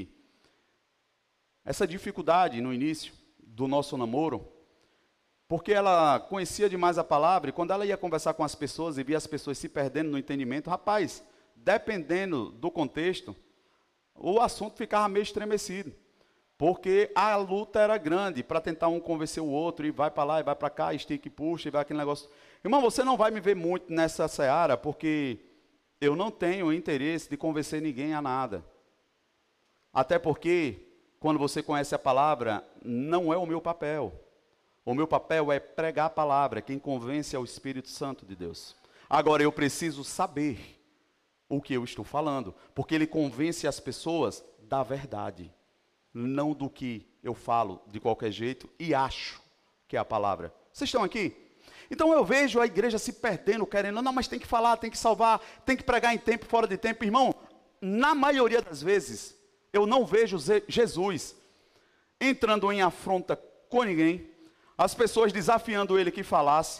essa dificuldade no início do nosso namoro, porque ela conhecia demais a palavra, e quando ela ia conversar com as pessoas e via as pessoas se perdendo no entendimento, rapaz, dependendo do contexto, o assunto ficava meio estremecido, porque a luta era grande para tentar um convencer o outro, e vai para lá, e vai para cá, estica e puxa, e vai aquele negócio. Irmão, você não vai me ver muito nessa seara, porque eu não tenho interesse de convencer ninguém a nada. Até porque, quando você conhece a palavra, não é o meu papel. O meu papel é pregar a palavra, quem convence é o Espírito Santo de Deus. Agora, eu preciso saber o que eu estou falando, porque ele convence as pessoas da verdade, não do que eu falo de qualquer jeito e acho que é a palavra. Vocês estão aqui? Então eu vejo a igreja se perdendo, querendo, não, mas tem que falar, tem que salvar, tem que pregar em tempo, fora de tempo. Irmão, na maioria das vezes, eu não vejo Jesus entrando em afronta com ninguém, as pessoas desafiando ele que falasse,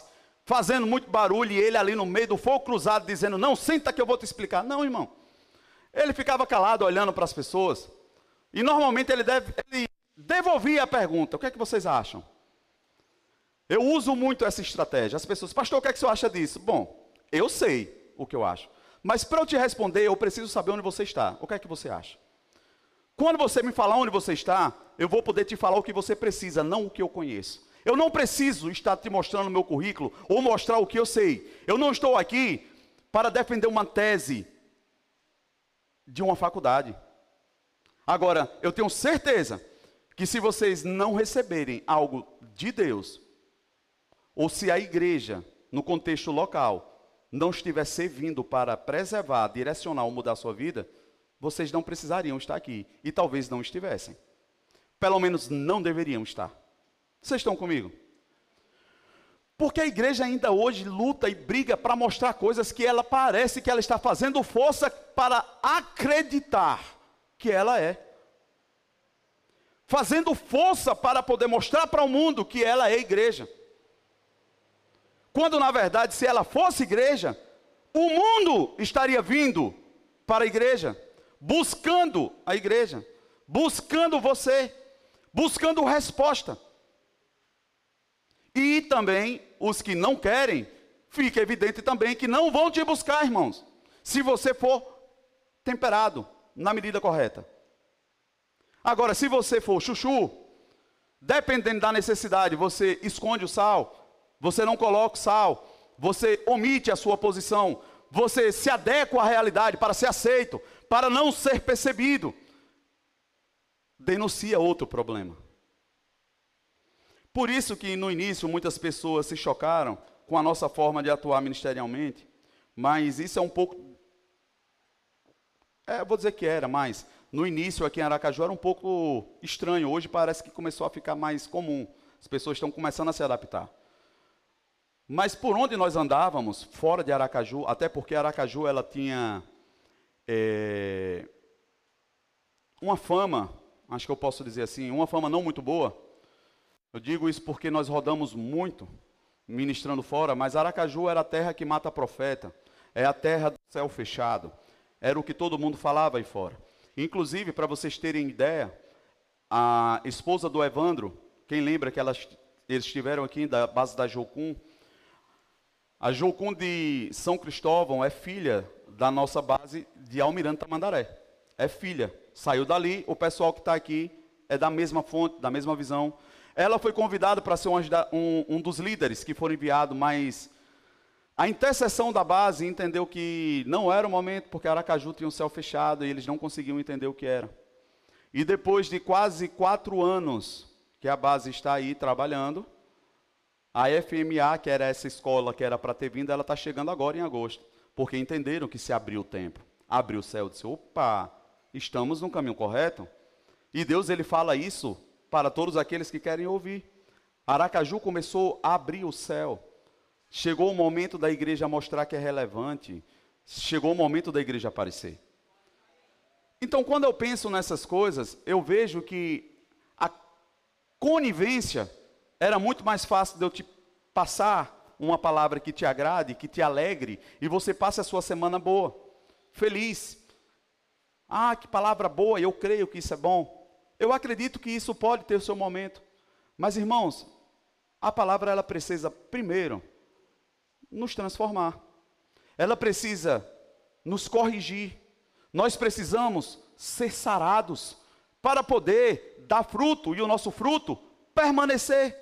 fazendo muito barulho, e ele ali no meio do fogo cruzado, dizendo, não, senta que eu vou te explicar. Não, irmão. Ele ficava calado, olhando para as pessoas, e normalmente ele devolvia a pergunta, o que é que vocês acham? Eu uso muito essa estratégia. As pessoas, pastor, o que é que você acha disso? Bom, eu sei o que eu acho. Mas para eu te responder, eu preciso saber onde você está. O que é que você acha? Quando você me falar onde você está, eu vou poder te falar o que você precisa, não o que eu conheço. Eu não preciso estar te mostrando o meu currículo ou mostrar o que eu sei. Eu não estou aqui para defender uma tese de uma faculdade. Agora, eu tenho certeza que se vocês não receberem algo de Deus, ou se a igreja, no contexto local, não estiver servindo para preservar, direcionar ou mudar a sua vida, vocês não precisariam estar aqui. E talvez não estivessem. Pelo menos não deveriam estar. Vocês estão comigo? Porque a igreja ainda hoje luta e briga para mostrar coisas que ela parece que ela está fazendo força para acreditar que ela é. Fazendo força para poder mostrar para o mundo que ela é igreja. Quando na verdade, se ela fosse igreja, o mundo estaria vindo para a igreja, buscando a igreja, buscando você, buscando resposta. E também os que não querem, fica evidente também que não vão te buscar, irmãos, se você for temperado na medida correta. Agora, se você for chuchu, dependendo da necessidade, você esconde o sal, você não coloca o sal, você omite a sua posição, você se adequa à realidade para ser aceito, para não ser percebido, denuncia outro problema. Por isso que no início muitas pessoas se chocaram com a nossa forma de atuar ministerialmente, mas isso é um pouco, eu vou dizer que era, mas no início aqui em Aracaju era um pouco estranho, hoje parece que começou a ficar mais comum, as pessoas estão começando a se adaptar. Mas por onde nós andávamos, fora de Aracaju, até porque Aracaju ela tinha uma fama, acho que eu posso dizer assim, uma fama não muito boa. Eu digo isso porque nós rodamos muito, ministrando fora, mas Aracaju era a terra que mata profeta, é a terra do céu fechado, era o que todo mundo falava aí fora. Inclusive, para vocês terem ideia, a esposa do Evandro, quem lembra que eles estiveram aqui da base da Jocum, a Jocum de São Cristóvão é filha da nossa base de Almirante Tamandaré. É filha. Saiu dali, o pessoal que está aqui é da mesma fonte, da mesma visão. Ela foi convidada para ser um dos líderes que foram enviados, mas a intercessão da base entendeu que não era o momento, porque Aracaju tinha o céu fechado e eles não conseguiam entender o que era. E depois de quase 4 anos que a base está aí trabalhando, a FMA, que era essa escola que era para ter vindo, ela está chegando agora em agosto. Porque entenderam que se abriu o tempo. Abriu o céu e disse, opa, estamos no caminho correto. E Deus ele fala isso para todos aqueles que querem ouvir. Aracaju começou a abrir o céu. Chegou o momento da igreja mostrar que é relevante. Chegou o momento da igreja aparecer. Então, quando eu penso nessas coisas, eu vejo que a conivência era muito mais fácil de eu te passar uma palavra que te agrade, que te alegre, e você passe a sua semana boa, feliz. Ah, que palavra boa, eu creio que isso é bom. Eu acredito que isso pode ter o seu momento. Mas, irmãos, a palavra ela precisa, primeiro, nos transformar. Ela precisa nos corrigir. Nós precisamos ser sarados para poder dar fruto, e o nosso fruto permanecer.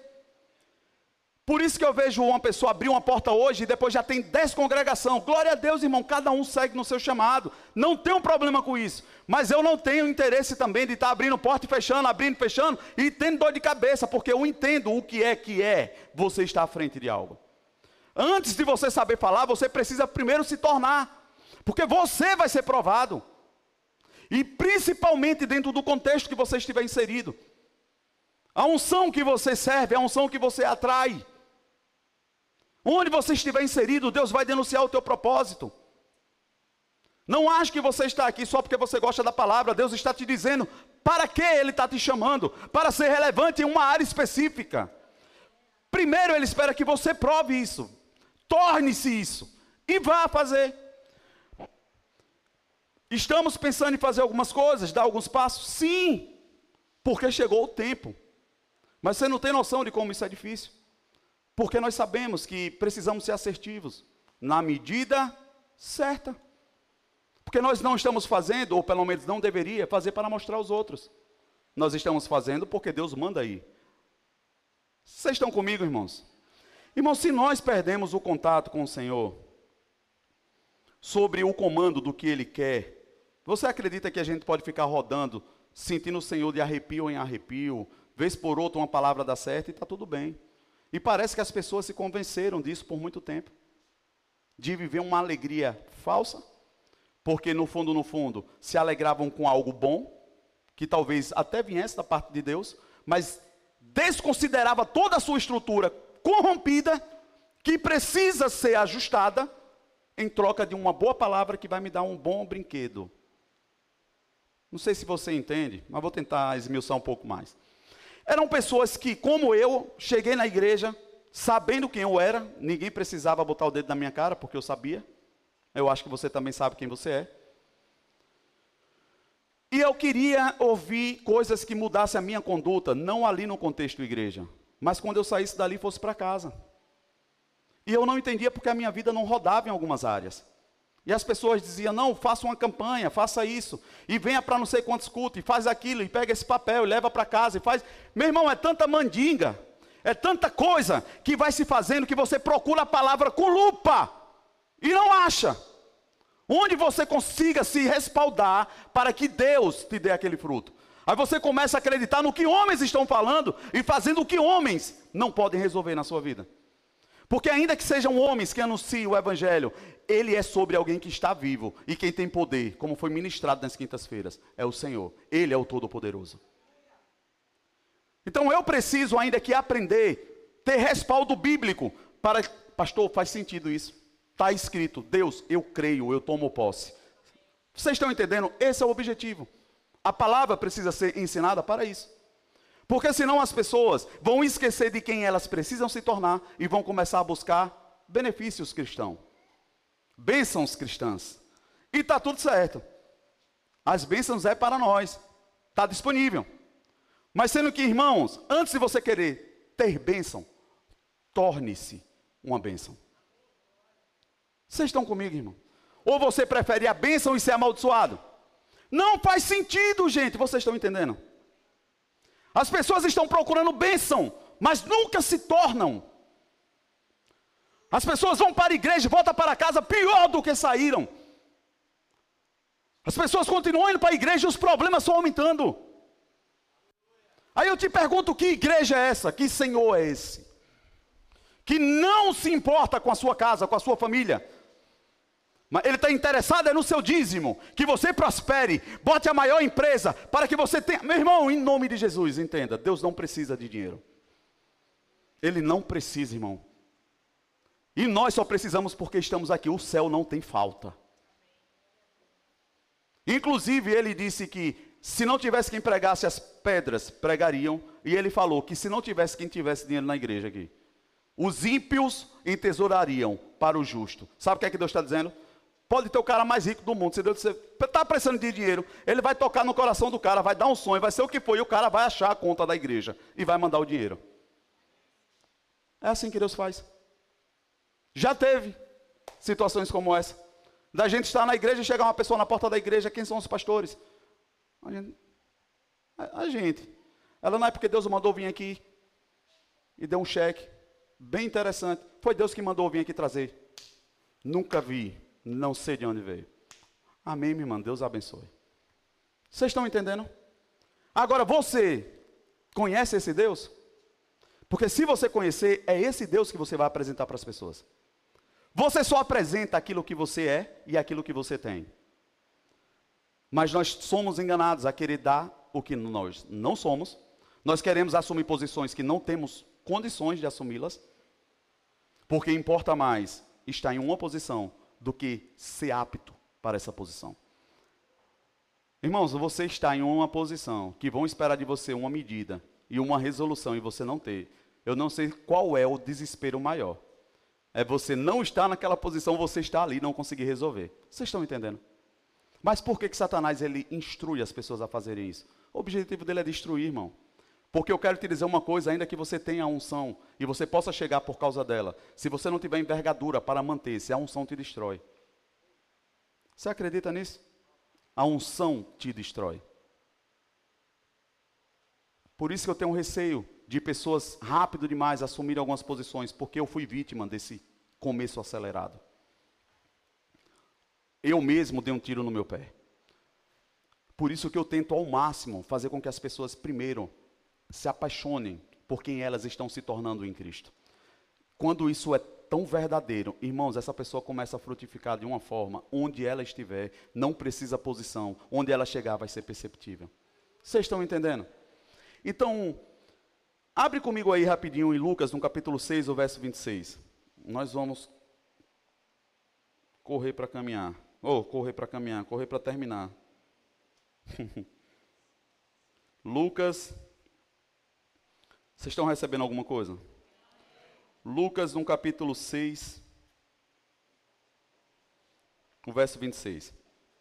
Por isso que eu vejo uma pessoa abrir uma porta hoje e depois já tem 10 congregações. Glória a Deus, irmão, cada um segue no seu chamado. Não tem um problema com isso. Mas eu não tenho interesse também de estar abrindo porta e fechando, e tendo dor de cabeça, porque eu entendo o que é você estar à frente de algo. Antes de você saber falar, você precisa primeiro se tornar. Porque você vai ser provado. E principalmente dentro do contexto que você estiver inserido. A unção que você serve, a unção que você atrai. Onde você estiver inserido, Deus vai denunciar o teu propósito. Não ache que você está aqui só porque você gosta da palavra. Deus está te dizendo para que Ele está te chamando. Para ser relevante em uma área específica. Primeiro Ele espera que você prove isso. torne-se isso e vá fazer. Estamos pensando em fazer algumas coisas, dar alguns passos? Sim, porque chegou o tempo. Mas você não tem noção de como isso é difícil. Porque nós sabemos que precisamos ser assertivos na medida certa. Porque nós não estamos fazendo, ou pelo menos não deveria, fazer para mostrar aos outros. Nós estamos fazendo porque Deus manda aí. Vocês estão comigo, irmãos? Irmãos, se nós perdemos o contato com o Senhor, sobre o comando do que Ele quer, você acredita que a gente pode ficar rodando, sentindo o Senhor de arrepio em arrepio, vez por outra uma palavra dá certo e está tudo bem. E parece que as pessoas se convenceram disso por muito tempo. De viver uma alegria falsa, porque no fundo, se alegravam com algo bom, que talvez até viesse da parte de Deus, mas desconsiderava toda a sua estrutura corrompida, que precisa ser ajustada, em troca de uma boa palavra que vai me dar um bom brinquedo. Não sei se você entende, mas vou tentar esmiuçar um pouco mais. Eram pessoas que, como eu, cheguei na igreja, sabendo quem eu era, ninguém precisava botar o dedo na minha cara, porque eu sabia. Eu acho que você também sabe quem você é. E eu queria ouvir coisas que mudassem a minha conduta, não ali no contexto igreja, mas quando eu saísse dali e fosse para casa. E eu não entendia porque a minha vida não rodava em algumas áreas. E as pessoas diziam, não, faça uma campanha, faça isso, e venha para não sei quantos cultos, e faz aquilo, e pega esse papel, e leva para casa, e faz... Meu irmão, é tanta mandinga, é tanta coisa que vai se fazendo que você procura a palavra com lupa, e não acha. Onde você consiga se respaldar para que Deus te dê aquele fruto. Aí você começa a acreditar no que homens estão falando, e fazendo o que homens não podem resolver na sua vida. Porque ainda que sejam homens que anunciem o Evangelho, ele é sobre alguém que está vivo. E quem tem poder, como foi ministrado nas quintas-feiras, é o Senhor. Ele é o Todo-Poderoso. Então eu preciso ainda que aprender, ter respaldo bíblico, para... Pastor, faz sentido isso. Está escrito, Deus, eu creio, eu tomo posse. Vocês estão entendendo? Esse é o objetivo. A palavra precisa ser ensinada para isso. Porque senão as pessoas vão esquecer de quem elas precisam se tornar e vão começar a buscar benefícios cristãos, bênçãos cristãs. E está tudo certo. As bênçãos é para nós, está disponível. Mas sendo que, irmãos, antes de você querer ter bênção, torne-se uma bênção. Vocês estão comigo, irmão? Ou você prefere a bênção e ser amaldiçoado? Não faz sentido, gente, vocês estão entendendo? As pessoas estão procurando bênção, mas nunca se tornam. As pessoas vão para a igreja e voltam para casa pior do que saíram. As pessoas continuam indo para a igreja e os problemas estão aumentando. Aí eu te pergunto, que igreja é essa? Que Senhor é esse? Que não se importa com a sua casa, com a sua família. Mas ele está interessado no seu dízimo, que você prospere, bote a maior empresa, para que você tenha... Meu irmão, em nome de Jesus, entenda, Deus não precisa de dinheiro. Ele não precisa, irmão. E nós só precisamos porque estamos aqui, o céu não tem falta. Inclusive, ele disse que se não tivesse quem pregasse, as pedras pregariam, e ele falou que se não tivesse quem tivesse dinheiro na igreja aqui, os ímpios entesourariam para o justo. Sabe o que é que Deus está dizendo? Pode ter o cara mais rico do mundo, se Deus está precisando de dinheiro, ele vai tocar no coração do cara, vai dar um sonho, vai ser o que for, e o cara vai achar a conta da igreja, e vai mandar o dinheiro. É assim que Deus faz. Já teve situações como essa, da gente estar na igreja e chegar uma pessoa na porta da igreja, quem são os pastores? A gente. Ela não é porque Deus mandou vir aqui, e deu um cheque, bem interessante, foi Deus que mandou vir aqui trazer. Nunca vi. Não sei de onde veio. Amém, minha irmã, Deus abençoe. Vocês estão entendendo? Agora, você conhece esse Deus? Porque se você conhecer, é esse Deus que você vai apresentar para as pessoas. Você só apresenta aquilo que você é e aquilo que você tem. Mas nós somos enganados a querer dar o que nós não somos. Nós queremos assumir posições que não temos condições de assumi-las. Porque importa mais estar em uma posição do que ser apto para essa posição. Irmãos, você está em uma posição que vão esperar de você uma medida e uma resolução e você não ter. Eu não sei qual é o desespero maior. É você não estar naquela posição, você está ali e não conseguir resolver. Vocês estão entendendo? Mas por que Satanás ele instrui as pessoas a fazerem isso? O objetivo dele é destruir, irmão. Porque eu quero te dizer uma coisa, ainda que você tenha a unção e você possa chegar por causa dela, se você não tiver envergadura para manter-se, a unção te destrói. Você acredita nisso? A unção te destrói. Por isso que eu tenho um receio de pessoas rápido demais assumirem algumas posições, porque eu fui vítima desse começo acelerado. Eu mesmo dei um tiro no meu pé. Por isso que eu tento ao máximo fazer com que as pessoas primeiro se apaixonem por quem elas estão se tornando em Cristo. Quando isso é tão verdadeiro, irmãos, essa pessoa começa a frutificar de uma forma, onde ela estiver, não precisa posição, onde ela chegar vai ser perceptível. Vocês estão entendendo? Então, abre comigo aí rapidinho em Lucas, no capítulo 6, o verso 26. Nós vamos correr para caminhar. Correr para terminar. Lucas, vocês estão recebendo alguma coisa? Lucas, no capítulo 6, o verso 26.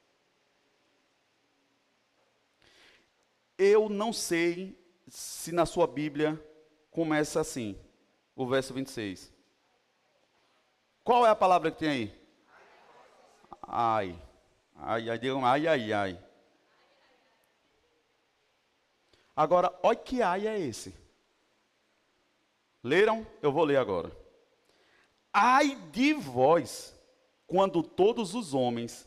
Eu não sei se na sua Bíblia começa assim, o verso 26. Qual é a palavra que tem aí? Ai. Digam ai. Agora, olha que ai é esse. Leram? Eu vou ler agora. Ai de vós, quando todos os homens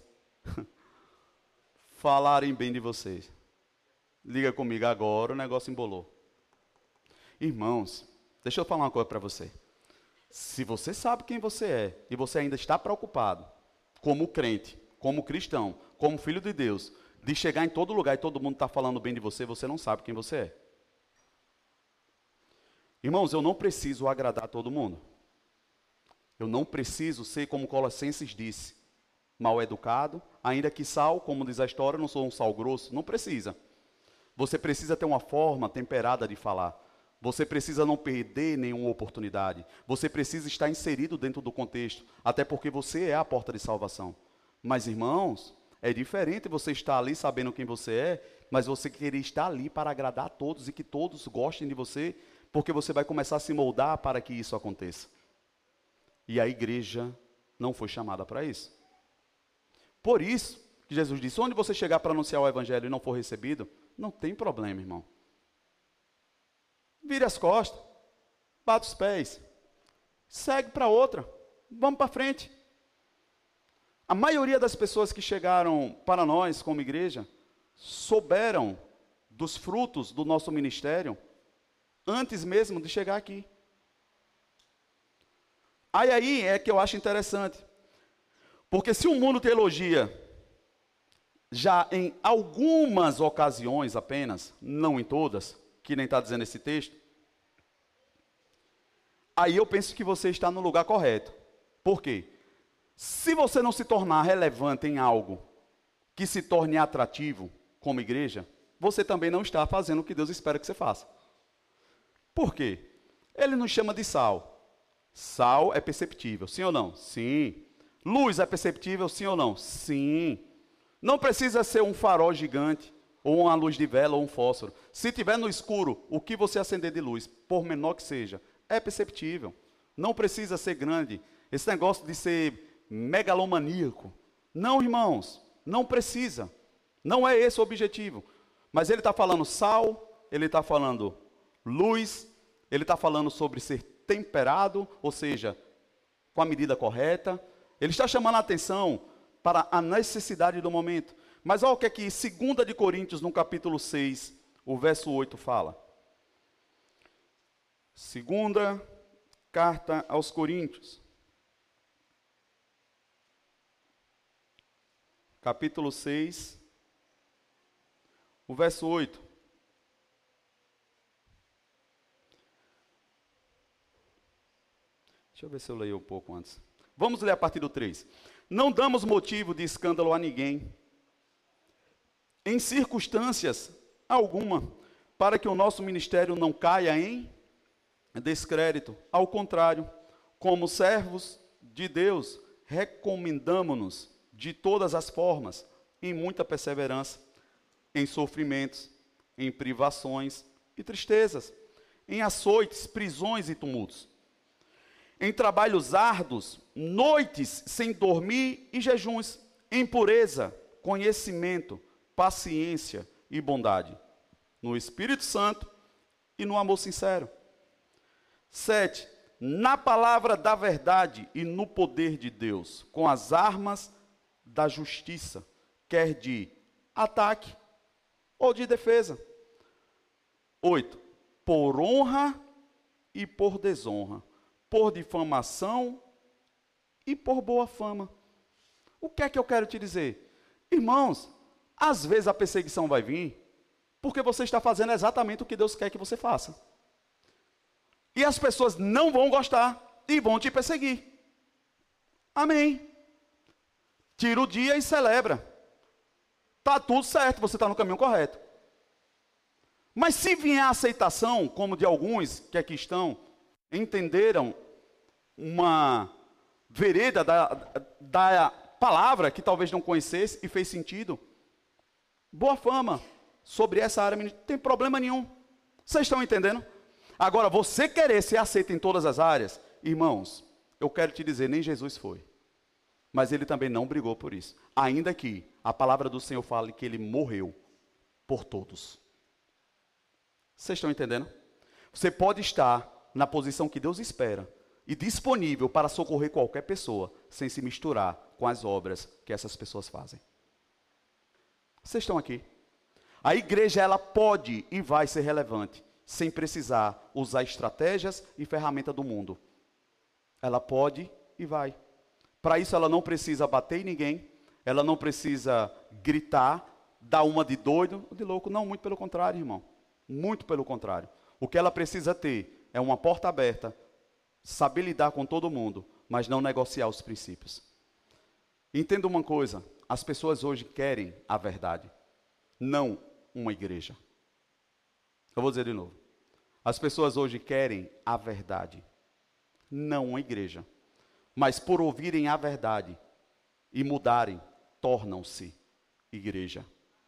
falarem bem de vocês. Liga comigo agora, o negócio embolou. Irmãos, deixa eu falar uma coisa para você. Se você sabe quem você é, e você ainda está preocupado, como crente, como cristão, como filho de Deus, de chegar em todo lugar e todo mundo está falando bem de você, você não sabe quem você é. Irmãos, eu não preciso agradar todo mundo. Eu não preciso ser como Colossenses disse, mal educado, ainda que sal, como diz a história, eu não sou um sal grosso, não precisa. Você precisa ter uma forma temperada de falar. Você precisa não perder nenhuma oportunidade. Você precisa estar inserido dentro do contexto, até porque você é a porta de salvação. Mas, irmãos, é diferente você estar ali sabendo quem você é, mas você querer estar ali para agradar a todos e que todos gostem de você, porque você vai começar a se moldar para que isso aconteça. E a igreja não foi chamada para isso. Por isso que Jesus disse, onde você chegar para anunciar o evangelho e não for recebido, não tem problema, irmão. Vire as costas, bata os pés, segue para outra, vamos para frente. A maioria das pessoas que chegaram para nós como igreja, souberam dos frutos do nosso ministério, antes mesmo de chegar aqui. Aí é que eu acho interessante, porque se o mundo te elogia, já em algumas ocasiões apenas, não em todas, que nem está dizendo esse texto, aí eu penso que você está no lugar correto. Por quê? Se você não se tornar relevante em algo que se torne atrativo como igreja, você também não está fazendo o que Deus espera que você faça. Por quê? Ele nos chama de sal. Sal é perceptível, sim ou não? Sim. Luz é perceptível, sim ou não? Sim. Não precisa ser um farol gigante, ou uma luz de vela, ou um fósforo. Se tiver no escuro, o que você acender de luz, por menor que seja, é perceptível. Não precisa ser grande. Esse negócio de ser megalomaníaco. Não, irmãos, não precisa. Não é esse o objetivo. Mas ele está falando sal, ele está falando luz, ele está falando sobre ser temperado, ou seja, com a medida correta. Ele está chamando a atenção para a necessidade do momento. Mas olha o que é que 2 de Coríntios, no capítulo 6, o verso 8 fala. Segunda carta aos Coríntios. Capítulo 6, o verso 8. Deixa eu ver se eu leio um pouco antes. Vamos ler a partir do 3. Não damos motivo de escândalo a ninguém, em circunstâncias alguma, para que o nosso ministério não caia em descrédito. Ao contrário, como servos de Deus, recomendamo-nos de todas as formas, em muita perseverança, em sofrimentos, em privações e tristezas, em açoites, prisões e tumultos, em trabalhos árduos, noites sem dormir e jejuns, em pureza, conhecimento, paciência e bondade, no Espírito Santo e no amor sincero. 7. Na palavra da verdade e no poder de Deus, com as armas da justiça, quer de ataque ou de defesa. 8. Por honra e por desonra, por difamação e por boa fama. O que é que eu quero te dizer? Irmãos, às vezes a perseguição vai vir porque você está fazendo exatamente o que Deus quer que você faça. E as pessoas não vão gostar e vão te perseguir. Amém. Tira o dia e celebra. Está tudo certo, você está no caminho correto. Mas se vier a aceitação, como de alguns que aqui estão, entenderam uma vereda da palavra que talvez não conhecesse e fez sentido, boa fama sobre essa área, não tem problema nenhum. Vocês estão entendendo? Agora, você querer ser aceito em todas as áreas, irmãos, eu quero te dizer, nem Jesus foi. Mas ele também não brigou por isso. Ainda que a palavra do Senhor fale que ele morreu por todos. Vocês estão entendendo? Você pode estar na posição que Deus espera e disponível para socorrer qualquer pessoa, sem se misturar com as obras que essas pessoas fazem. Vocês estão aqui? A igreja, ela pode e vai ser relevante, sem precisar usar estratégias e ferramentas do mundo. Ela pode e vai. Para isso ela não precisa bater em ninguém, ela não precisa gritar, dar uma de doido ou de louco. Não, muito pelo contrário, irmão. Muito pelo contrário. O que ela precisa ter é uma porta aberta, saber lidar com todo mundo, mas não negociar os princípios. Entenda uma coisa, as pessoas hoje querem a verdade, não uma igreja. Eu vou dizer de novo. As pessoas hoje querem a verdade, não uma igreja. Mas por ouvirem a verdade e mudarem, tornam-se igreja.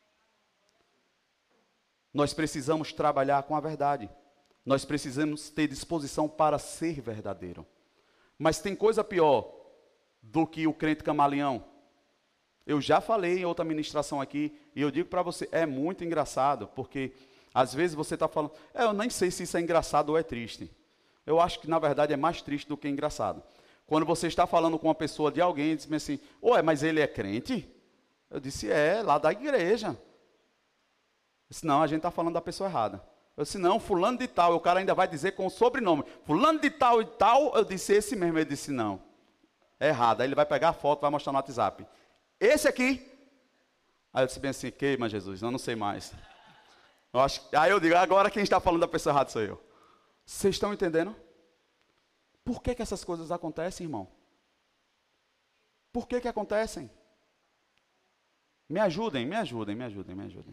Nós precisamos trabalhar com a verdade. Nós precisamos ter disposição para ser verdadeiro. Mas tem coisa pior do que o crente camaleão. Eu já falei em outra ministração aqui, e eu digo para você, é muito engraçado, porque às vezes você está falando, eu nem sei se isso é engraçado ou é triste. Eu acho que na verdade é mais triste do que engraçado. Quando você está falando com uma pessoa de alguém, diz assim, ué, mas ele é crente? Eu disse, lá da igreja. Eu disse, não, a gente está falando da pessoa errada. Eu disse, não, fulano de tal, o cara ainda vai dizer com o sobrenome, fulano de tal e tal, eu disse, esse mesmo. Ele disse, não, é errado. Aí ele vai pegar a foto, vai mostrar no WhatsApp. Esse aqui? Aí eu disse bem assim, queima Jesus, eu não sei mais. Aí eu digo, agora quem está falando da pessoa errada sou eu. Vocês estão entendendo? Por que essas coisas acontecem, irmão? Por que acontecem? Me ajudem, me ajudem, me ajudem, me ajudem.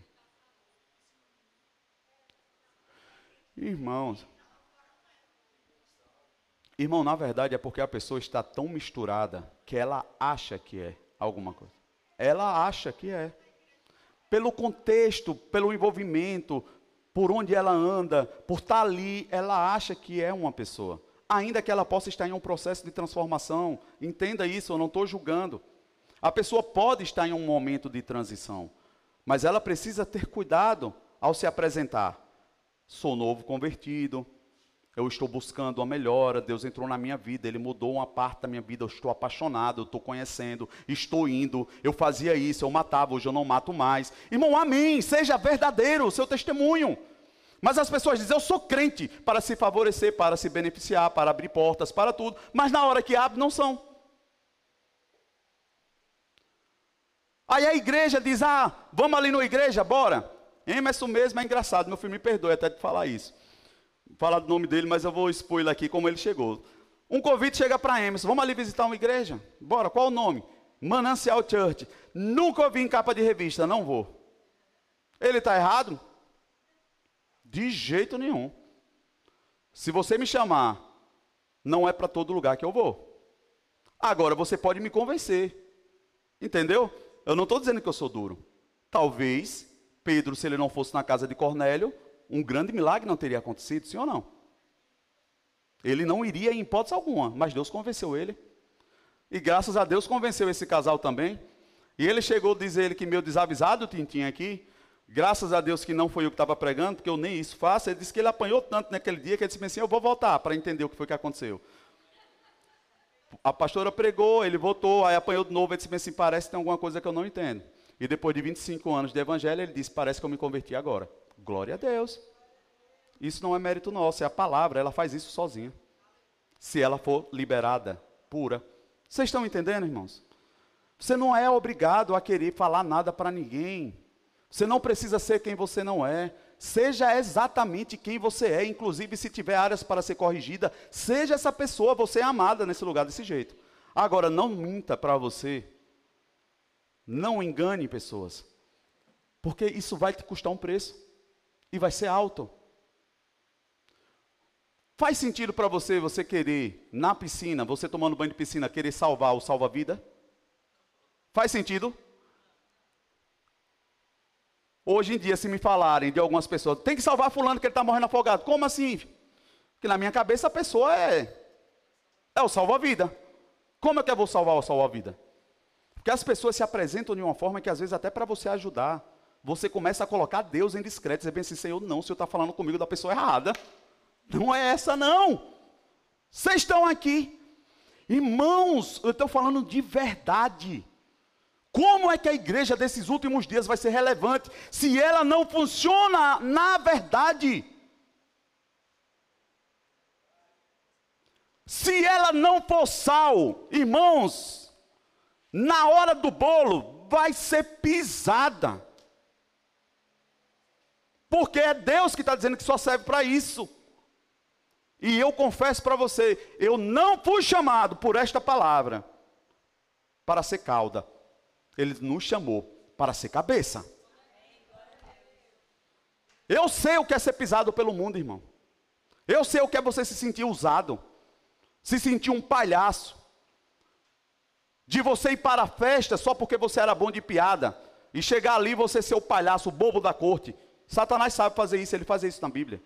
Irmãos, na verdade é porque a pessoa está tão misturada que ela acha que é alguma coisa. Ela acha que é. Pelo contexto, pelo envolvimento, por onde ela anda, por estar ali, ela acha que é uma pessoa. Ainda que ela possa estar em um processo de transformação, entenda isso, eu não estou julgando. A pessoa pode estar em um momento de transição, mas ela precisa ter cuidado ao se apresentar. Sou novo convertido, eu estou buscando uma melhora, Deus entrou na minha vida, Ele mudou uma parte da minha vida, eu estou apaixonado, eu estou conhecendo, estou indo, eu fazia isso, eu matava, hoje eu não mato mais. Irmão, amém, seja verdadeiro o seu testemunho. Mas as pessoas dizem, eu sou crente para se favorecer, para se beneficiar, para abrir portas, para tudo. Mas na hora que abre, não são. Aí a igreja diz, vamos ali na igreja, bora. Emerson mesmo é engraçado, meu filho me perdoe até de falar isso. Falar do nome dele, mas eu vou expor ele aqui como ele chegou. Um convite chega para Emerson, vamos ali visitar uma igreja? Bora, qual o nome? Manancial Church. Nunca ouvi em capa de revista, não vou. Ele está errado? De jeito nenhum. Se você me chamar Não é para todo lugar que eu vou. Agora, você pode me convencer. Entendeu? Eu não estou dizendo que eu sou duro. Talvez Pedro, se ele não fosse na casa de Cornélio, um grande milagre não teria acontecido, sim ou não? Ele não iria em hipótese alguma, mas Deus convenceu ele. E graças a Deus convenceu esse casal também. E ele chegou a dizer ele que meu desavisado Tintim aqui, graças a Deus que não foi eu que estava pregando, porque eu nem isso faço. Ele disse que ele apanhou tanto naquele dia que ele disse assim, eu vou voltar para entender o que foi que aconteceu. A pastora pregou, ele voltou, aí apanhou de novo, ele disse assim, parece que tem alguma coisa que eu não entendo. E depois de 25 anos de evangelho, ele disse, parece que eu me converti agora. Glória a Deus. Isso não é mérito nosso, é a palavra, ela faz isso sozinha. Se ela for liberada, pura. Vocês estão entendendo, irmãos? Você não é obrigado a querer falar nada para ninguém. Você não precisa ser quem você não é. Seja exatamente quem você é. Inclusive, se tiver áreas para ser corrigida, seja essa pessoa, você é amada nesse lugar desse jeito. Agora, não minta para você. Não engane pessoas. Porque isso vai te custar um preço. E vai ser alto. Faz sentido para você querer, na piscina, você tomando banho de piscina, querer salvar o salva-vida? Faz sentido? Hoje em dia, se me falarem de algumas pessoas, tem que salvar fulano que ele está morrendo afogado. Como assim? Porque na minha cabeça a pessoa é o salva-vida. Como é que eu vou salvar o salva-vida? Porque as pessoas se apresentam de uma forma que às vezes até para você ajudar, você começa a colocar Deus em discreto. Você pensa assim, Senhor, não, o Senhor está falando comigo da pessoa errada. Não é essa não. Vocês estão aqui. Irmãos, eu estou falando de verdade. Como é que a igreja desses últimos dias vai ser relevante se ela não funciona na verdade? Se ela não for sal, irmãos, na hora do bolo vai ser pisada. Porque é Deus que está dizendo que só serve para isso. E eu confesso para você, eu não fui chamado por esta palavra para ser cauda. Ele nos chamou para ser cabeça. Eu sei o que é ser pisado pelo mundo, irmão. Eu sei o que é você se sentir usado. Se sentir um palhaço. De você ir para a festa só porque você era bom de piada. E chegar ali você ser o palhaço, o bobo da corte. Satanás sabe fazer isso, ele faz isso na Bíblia.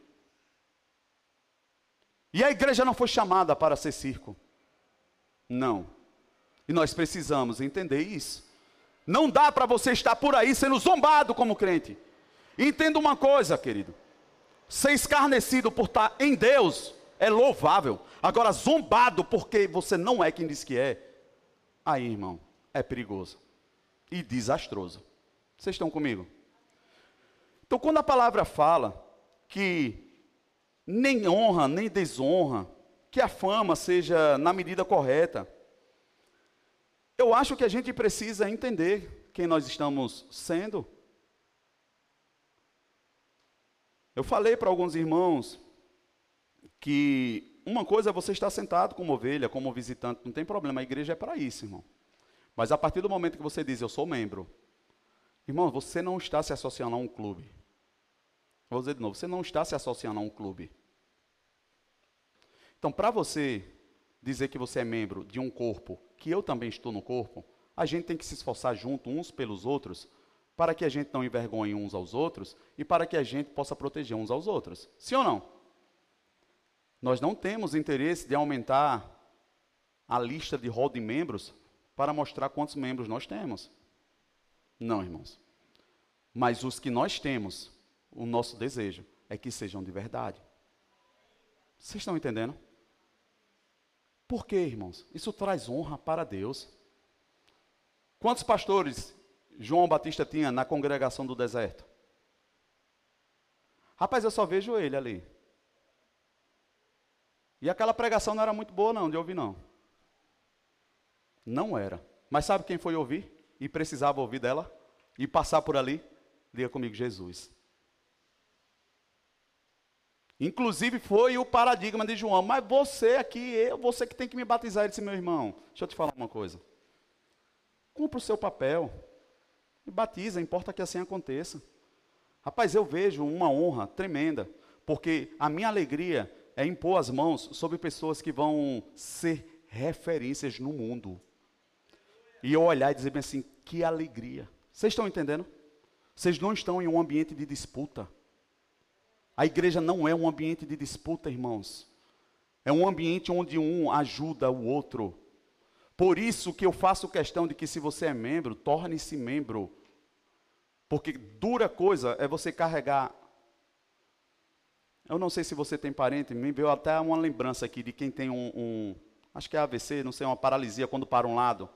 E a igreja não foi chamada para ser circo. Não. E nós precisamos entender isso. Não dá para você estar por aí sendo zombado como crente. Entenda uma coisa, querido. Ser escarnecido por estar em Deus é louvável. Agora, zombado porque você não é quem diz que é, aí, irmão, é perigoso e desastroso. Vocês estão comigo? Então, quando a palavra fala que nem honra, nem desonra, que a fama seja na medida correta, eu acho que a gente precisa entender quem nós estamos sendo. Eu falei para alguns irmãos que uma coisa é você estar sentado como ovelha, como visitante, não tem problema, a igreja é para isso, irmão. Mas a partir do momento que você diz, eu sou membro, irmão, você não está se associando a um clube. Vou dizer de novo, você não está se associando a um clube. Então, para você dizer que você é membro de um corpo, que eu também estou no corpo, a gente tem que se esforçar junto uns pelos outros, para que a gente não envergonhe uns aos outros, e para que a gente possa proteger uns aos outros. Sim ou não? Nós não temos interesse de aumentar a lista de rol de membros para mostrar quantos membros nós temos. Não, irmãos. Mas os que nós temos, o nosso desejo é que sejam de verdade. Vocês estão entendendo? Por quê, irmãos? Isso traz honra para Deus. Quantos pastores João Batista tinha na congregação do deserto? Rapaz, eu só vejo ele ali. E aquela pregação não era muito boa não, de ouvir não. Não era. Mas sabe quem foi ouvir? E precisava ouvir dela? E passar por ali? Diga comigo, Jesus. Inclusive foi o paradigma de João. Mas você aqui, você que tem que me batizar. Ele disse, meu irmão, deixa eu te falar uma coisa. Cumpra o seu papel. Me batiza, importa que assim aconteça. Rapaz, eu vejo uma honra tremenda. Porque a minha alegria é impor as mãos sobre pessoas que vão ser referências no mundo. E eu olhar e dizer bem assim, que alegria. Vocês estão entendendo? Vocês não estão em um ambiente de disputa. A igreja não é um ambiente de disputa, irmãos. É um ambiente onde um ajuda o outro. Por isso que eu faço questão de que se você é membro, torne-se membro. Porque dura coisa é você carregar. Eu não sei se você tem parente, me veio até uma lembrança aqui de quem tem acho que é AVC, não sei, uma paralisia quando para um lado.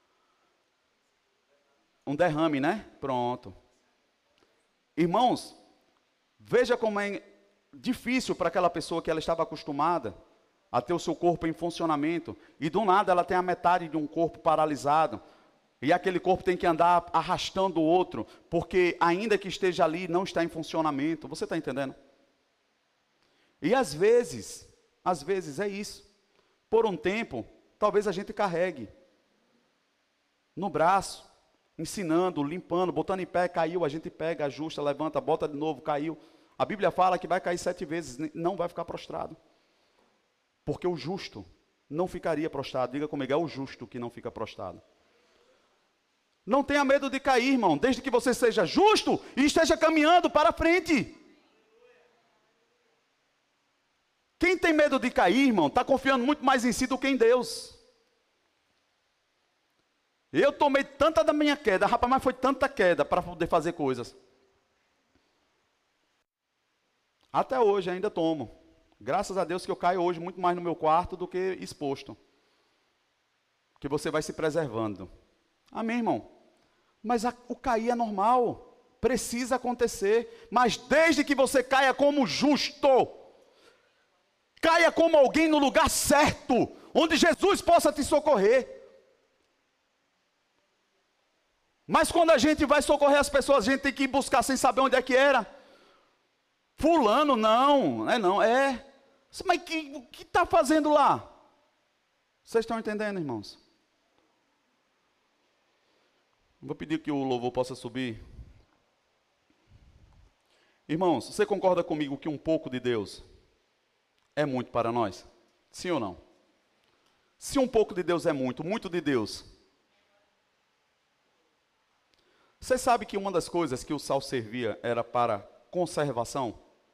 Um derrame, né? Pronto. Irmãos, veja como é difícil para aquela pessoa que ela estava acostumada a ter o seu corpo em funcionamento, e do nada ela tem a metade de um corpo paralisado, e aquele corpo tem que andar arrastando o outro, porque ainda que esteja ali, não está em funcionamento. Você está entendendo? E às vezes é isso. Por um tempo, talvez a gente carregue no braço, ensinando, limpando, botando em pé, caiu, a gente pega, ajusta, levanta, bota de novo, caiu. A Bíblia fala que vai cair 7 vezes, não vai ficar prostrado. Porque o justo não ficaria prostrado. Diga comigo, é o justo que não fica prostrado. Não tenha medo de cair, irmão, desde que você seja justo e esteja caminhando para frente. Quem tem medo de cair, irmão, está confiando muito mais em si do que em Deus. Eu tomei tanta da minha queda, rapaz, mas foi tanta queda para poder fazer coisas. Até hoje ainda tomo. Graças a Deus que eu caio hoje muito mais no meu quarto do que exposto. Que você vai se preservando. Amém, irmão? Mas o cair é normal. Precisa acontecer. Mas desde que você caia como justo, caia como alguém no lugar certo, onde Jesus possa te socorrer. Mas quando a gente vai socorrer as pessoas, a gente tem que ir buscar sem saber onde é que era. Fulano, não. Mas o que está fazendo lá? Vocês estão entendendo, irmãos? Vou pedir que o louvor possa subir. Irmãos, você concorda comigo que um pouco de Deus é muito para nós? Sim ou não? Se um pouco de Deus é muito, muito de Deus. Você sabe que uma das coisas que o sal servia era para conservação?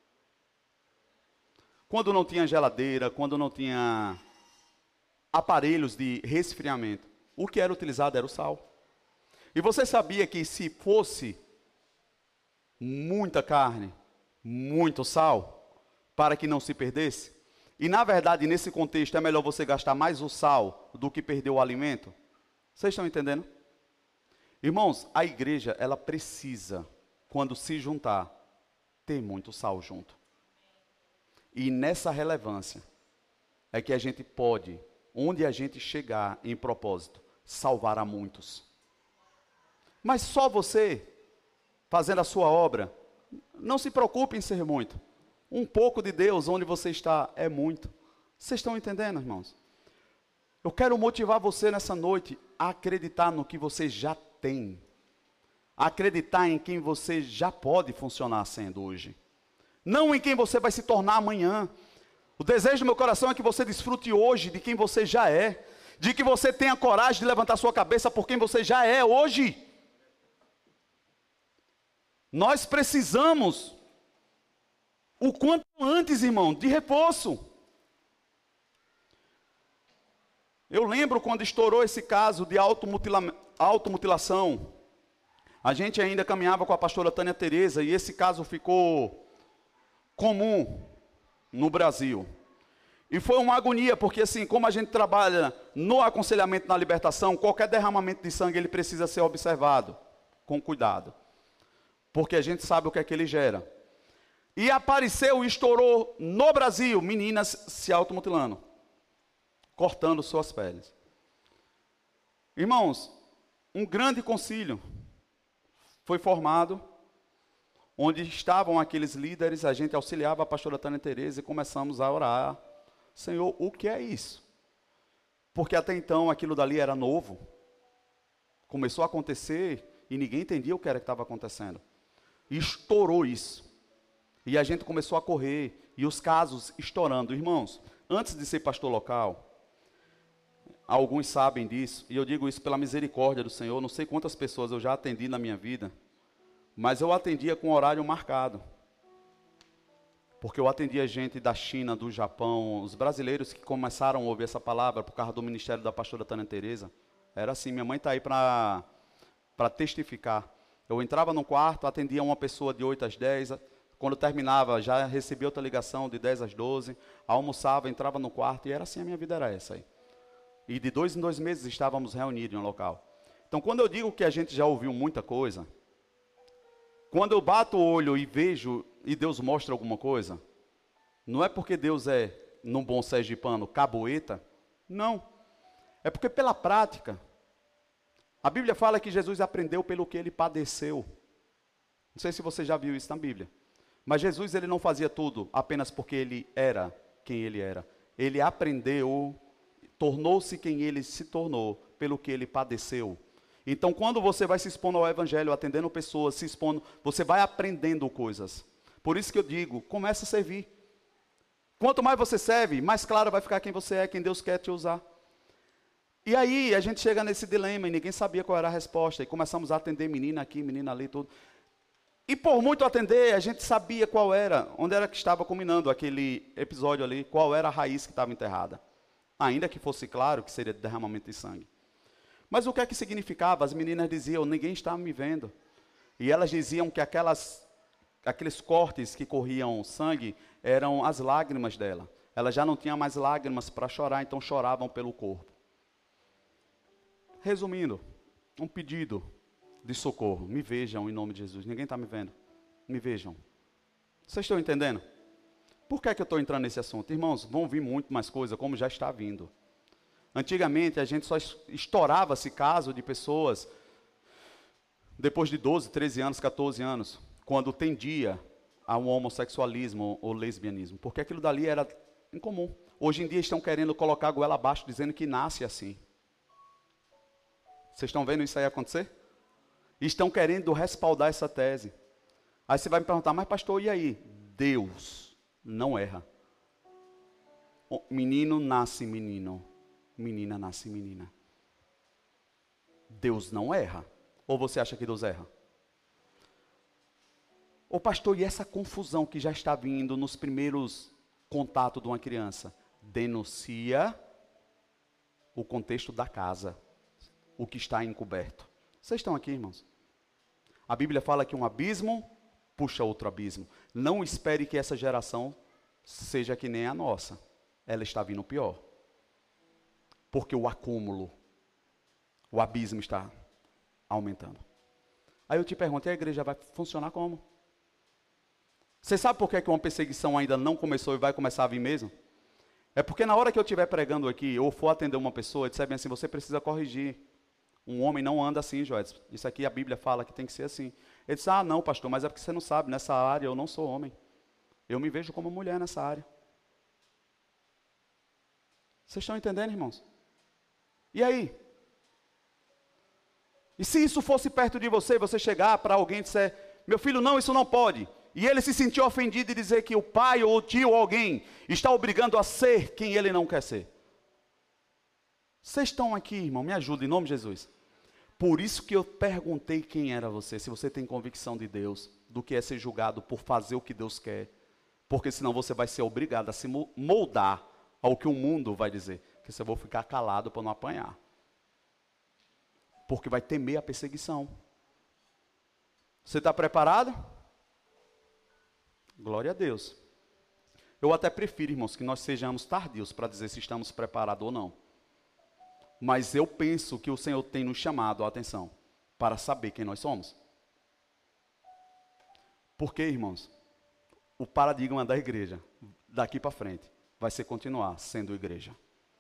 Quando não tinha geladeira, quando não tinha aparelhos de resfriamento, o que era utilizado era o sal. E você sabia que se fosse muita carne, muito sal, para que não se perdesse? E na verdade, nesse contexto, é melhor você gastar mais o sal do que perder o alimento? Vocês estão entendendo? Irmãos, a igreja, ela precisa, quando se juntar, ter muito sal junto. E nessa relevância, é que a gente pode, onde a gente chegar em propósito, salvar a muitos. Mas só você, fazendo a sua obra, não se preocupe em ser muito. Um pouco de Deus, onde você está, é muito. Vocês estão entendendo, irmãos? Eu quero motivar você nessa noite a acreditar no que você já tem. A acreditar em quem você já pode funcionar sendo hoje. Não em quem você vai se tornar amanhã. O desejo do meu coração é que você desfrute hoje de quem você já é. De que você tenha coragem de levantar sua cabeça por quem você já é hoje. Nós precisamos, o quanto antes, irmão, de reforço. Eu lembro quando estourou esse caso de automutilação. A gente ainda caminhava com a pastora Tânia Tereza e esse caso ficou comum no Brasil. E foi uma agonia, porque assim, como a gente trabalha no aconselhamento na libertação, qualquer derramamento de sangue ele precisa ser observado com cuidado. Porque a gente sabe o que é que ele gera. E apareceu e estourou no Brasil meninas se automutilando, cortando suas peles. Irmãos, um grande concílio foi formado, onde estavam aqueles líderes, a gente auxiliava a pastora Tânia Tereza e começamos a orar. Senhor, o que é isso? Porque até então aquilo dali era novo. Começou a acontecer e ninguém entendia o que era que estava acontecendo. E estourou isso. E a gente começou a correr, e os casos estourando. Irmãos, antes de ser pastor local, alguns sabem disso, e eu digo isso pela misericórdia do Senhor, não sei quantas pessoas eu já atendi na minha vida, mas eu atendia com horário marcado. Porque eu atendia gente da China, do Japão, os brasileiros que começaram a ouvir essa palavra por causa do ministério da pastora Tânia Teresa. Era assim, minha mãe está aí para testificar. Eu entrava no quarto, atendia uma pessoa de 8 às 10, quando terminava já recebia outra ligação de 10 às 12, almoçava, entrava no quarto, e era assim, a minha vida era essa aí. E de 2 em 2 meses estávamos reunidos em um local. Então, quando eu digo que a gente já ouviu muita coisa, quando eu bato o olho e vejo, e Deus mostra alguma coisa, não é porque Deus é, num bom sergipano, caboeta, não. É porque pela prática, a Bíblia fala que Jesus aprendeu pelo que ele padeceu. Não sei se você já viu isso na Bíblia. Mas Jesus, ele não fazia tudo apenas porque ele era quem ele era. Ele aprendeu, tornou-se quem ele se tornou pelo que ele padeceu. Então, quando você vai se expondo ao Evangelho, atendendo pessoas, se expondo, você vai aprendendo coisas. Por isso que eu digo, comece a servir. Quanto mais você serve, mais claro vai ficar quem você é, quem Deus quer te usar. E aí, a gente chega nesse dilema e ninguém sabia qual era a resposta. E começamos a atender menina aqui, menina ali, tudo. E por muito atender, a gente sabia qual era, onde era que estava culminando aquele episódio ali, qual era a raiz que estava enterrada. Ainda que fosse claro que seria derramamento de sangue. Mas o que é que significava? As meninas diziam, ninguém está me vendo. E elas diziam que aqueles cortes que corriam sangue eram as lágrimas dela. Ela já não tinha mais lágrimas para chorar, então choravam pelo corpo. Resumindo, um pedido de socorro. Me vejam em nome de Jesus. Ninguém está me vendo. Me vejam. Vocês estão entendendo? Por que é que eu estou entrando nesse assunto? Irmãos, vão vir muito mais coisa, como já está vindo. Antigamente, a gente só estourava esse caso de pessoas depois de 12, 13 anos, 14 anos, quando tendia a um homossexualismo ou lesbianismo. Porque aquilo dali era incomum. Hoje em dia estão querendo colocar a goela abaixo, dizendo que nasce assim. Vocês estão vendo isso aí acontecer? Estão querendo respaldar essa tese. Aí você vai me perguntar, mas pastor, e aí? Deus não erra. O menino nasce menino, menina nasce menina. Deus não erra. Ou você acha que Deus erra? Ô pastor, e essa confusão que já está vindo nos primeiros contatos de uma criança? Denuncia o contexto da casa, o que está encoberto. Vocês estão aqui, irmãos? A Bíblia fala que um abismo puxa outro abismo. Não espere que essa geração seja que nem a nossa. Ela está vindo pior. Porque o acúmulo, o abismo está aumentando. Aí eu te pergunto, e a igreja vai funcionar como? Você sabe por que uma perseguição ainda não começou e vai começar a vir mesmo? É porque na hora que eu estiver pregando aqui, ou for atender uma pessoa, e disser bem assim, você precisa corrigir. Um homem não anda assim, Joés. Isso aqui a Bíblia fala que tem que ser assim. Ele disse, não, pastor, mas é porque você não sabe, nessa área eu não sou homem. Eu me vejo como mulher nessa área. Vocês estão entendendo, irmãos? E aí? E se isso fosse perto de você, você chegar para alguém e disser, meu filho, não, isso não pode. E ele se sentiu ofendido e dizer que o pai ou o tio ou alguém está obrigando a ser quem ele não quer ser. Vocês estão aqui, irmão, me ajuda em nome de Jesus. Por isso que eu perguntei quem era você, se você tem convicção de Deus, do que é ser julgado por fazer o que Deus quer. Porque senão você vai ser obrigado a se moldar ao que o mundo vai dizer. Que você vai ficar calado para não apanhar. Porque vai temer a perseguição. Você está preparado? Glória a Deus. Eu até prefiro, irmãos, que nós sejamos tardios para dizer se estamos preparados ou não. Mas eu penso que o Senhor tem nos chamado a atenção para saber quem nós somos. Porque, irmãos, o paradigma da igreja, daqui para frente, vai ser continuar sendo igreja.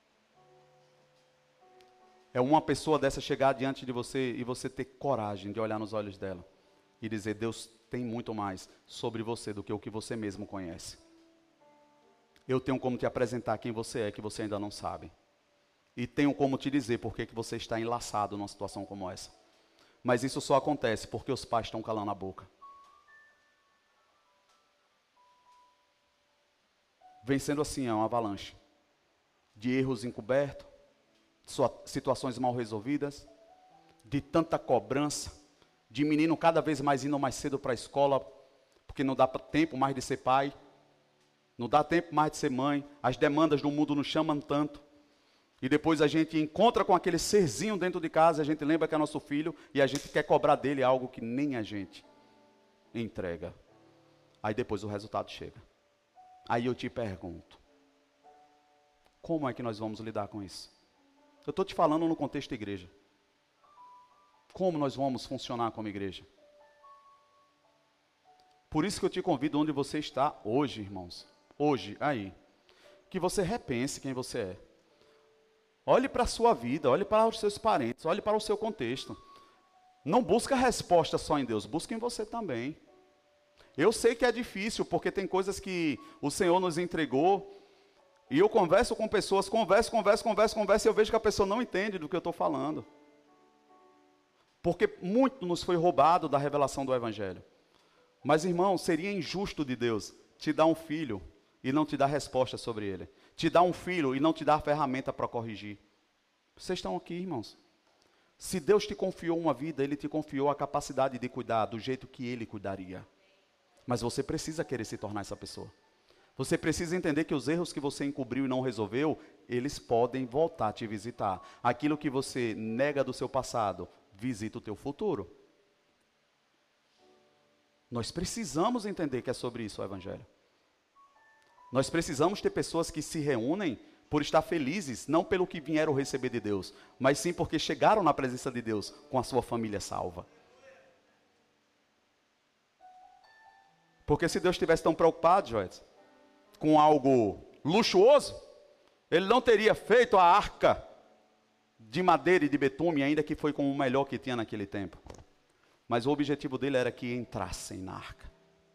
É uma pessoa dessa chegar diante de você e você ter coragem de olhar nos olhos dela e dizer, Deus tem muito mais sobre você do que o que você mesmo conhece. Eu tenho como te apresentar quem você é, que você ainda não sabe. E tenho como te dizer por que você está enlaçado numa situação como essa. Mas isso só acontece porque os pais estão calando a boca. vem sendo assim, é uma avalanche de erros encobertos, situações mal resolvidas, de tanta cobrança, de menino cada vez mais indo mais cedo para a escola, porque não dá tempo mais de ser pai, não dá tempo mais de ser mãe, as demandas do mundo nos chamam tanto, e depois a gente encontra com aquele serzinho dentro de casa, a gente lembra que é nosso filho, e a gente quer cobrar dele algo que nem a gente entrega. Aí depois o resultado chega. Aí eu te pergunto, como é que nós vamos lidar com isso? Eu estou te falando no contexto da igreja. Como nós vamos funcionar como igreja? Por isso que eu te convido onde você está hoje, irmãos. Hoje, aí. Que você repense quem você é. Olhe para a sua vida, olhe para os seus parentes, olhe para o seu contexto. Não busca resposta só em Deus, busca em você também. Eu sei que é difícil, porque tem coisas que o Senhor nos entregou, e eu converso com pessoas, converso, e eu vejo que a pessoa não entende do que eu estou falando. Porque muito nos foi roubado da revelação do Evangelho. Mas, irmão, seria injusto de Deus te dar um filho e não te dar resposta sobre ele. Te dar um filho e não te dar ferramenta para corrigir. Vocês estão aqui, irmãos. Se Deus te confiou uma vida, Ele te confiou a capacidade de cuidar do jeito que Ele cuidaria. Mas você precisa querer se tornar essa pessoa. Você precisa entender que os erros que você encobriu e não resolveu, eles podem voltar a te visitar. Aquilo que você nega do seu passado, visita o teu futuro. Nós precisamos entender que é sobre isso o Evangelho. Nós precisamos ter pessoas que se reúnem por estar felizes, não pelo que vieram receber de Deus, mas sim porque chegaram na presença de Deus com a sua família salva. Porque se Deus estivesse tão preocupado, Joyce, com algo luxuoso, Ele não teria feito a arca de madeira e de betume, ainda que foi com o melhor que tinha naquele tempo. Mas o objetivo dele era que entrassem na arca.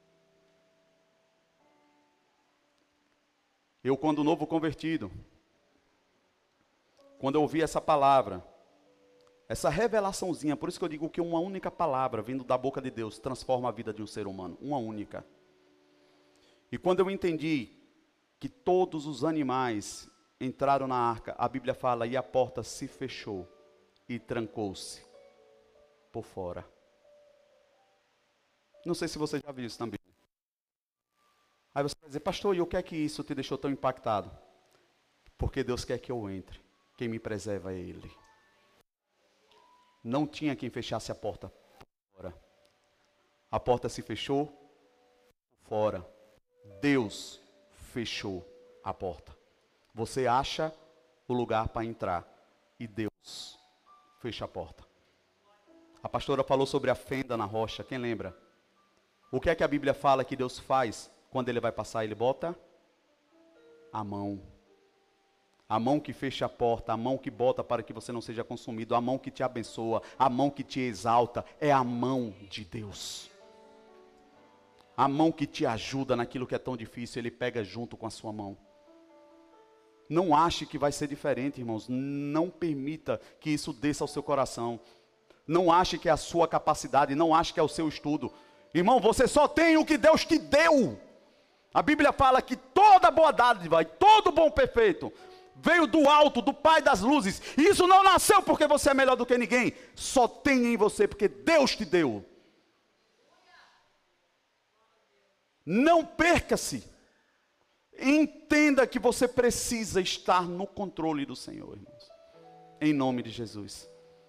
Eu, quando novo convertido, quando eu ouvi essa palavra, essa revelaçãozinha, por isso que eu digo que uma única palavra vindo da boca de Deus transforma a vida de um ser humano, uma única. E quando eu entendi que todos os animais entraram na arca, a Bíblia fala, e a porta se fechou e trancou-se por fora. Não sei se você já viu isso também. Aí você vai dizer, pastor, e o que é que isso te deixou tão impactado? Porque Deus quer que eu entre. Quem me preserva é Ele. Não tinha quem fechasse a porta por fora. A porta se fechou por fora. Deus fechou a porta. Você acha o lugar para entrar e Deus fecha a porta. A pastora falou sobre a fenda na rocha, quem lembra? O que é que a Bíblia fala que Deus faz quando Ele vai passar? Ele bota a mão. A mão que fecha a porta, a mão que bota para que você não seja consumido, a mão que te abençoa, a mão que te exalta, é a mão de Deus. A mão que te ajuda naquilo que é tão difícil, Ele pega junto com a sua mão. Não ache que vai ser diferente, irmãos. Não permita que isso desça ao seu coração. Não ache que é a sua capacidade, não ache que é o seu estudo. Irmão, você só tem o que Deus te deu. A Bíblia fala que toda boa dádiva e todo bom perfeito veio do alto, do Pai das luzes. E isso não nasceu porque você é melhor do que ninguém. Só tem em você porque Deus te deu. Não perca-se. Entenda que você precisa estar no controle do Senhor, irmãos. Em nome de Jesus.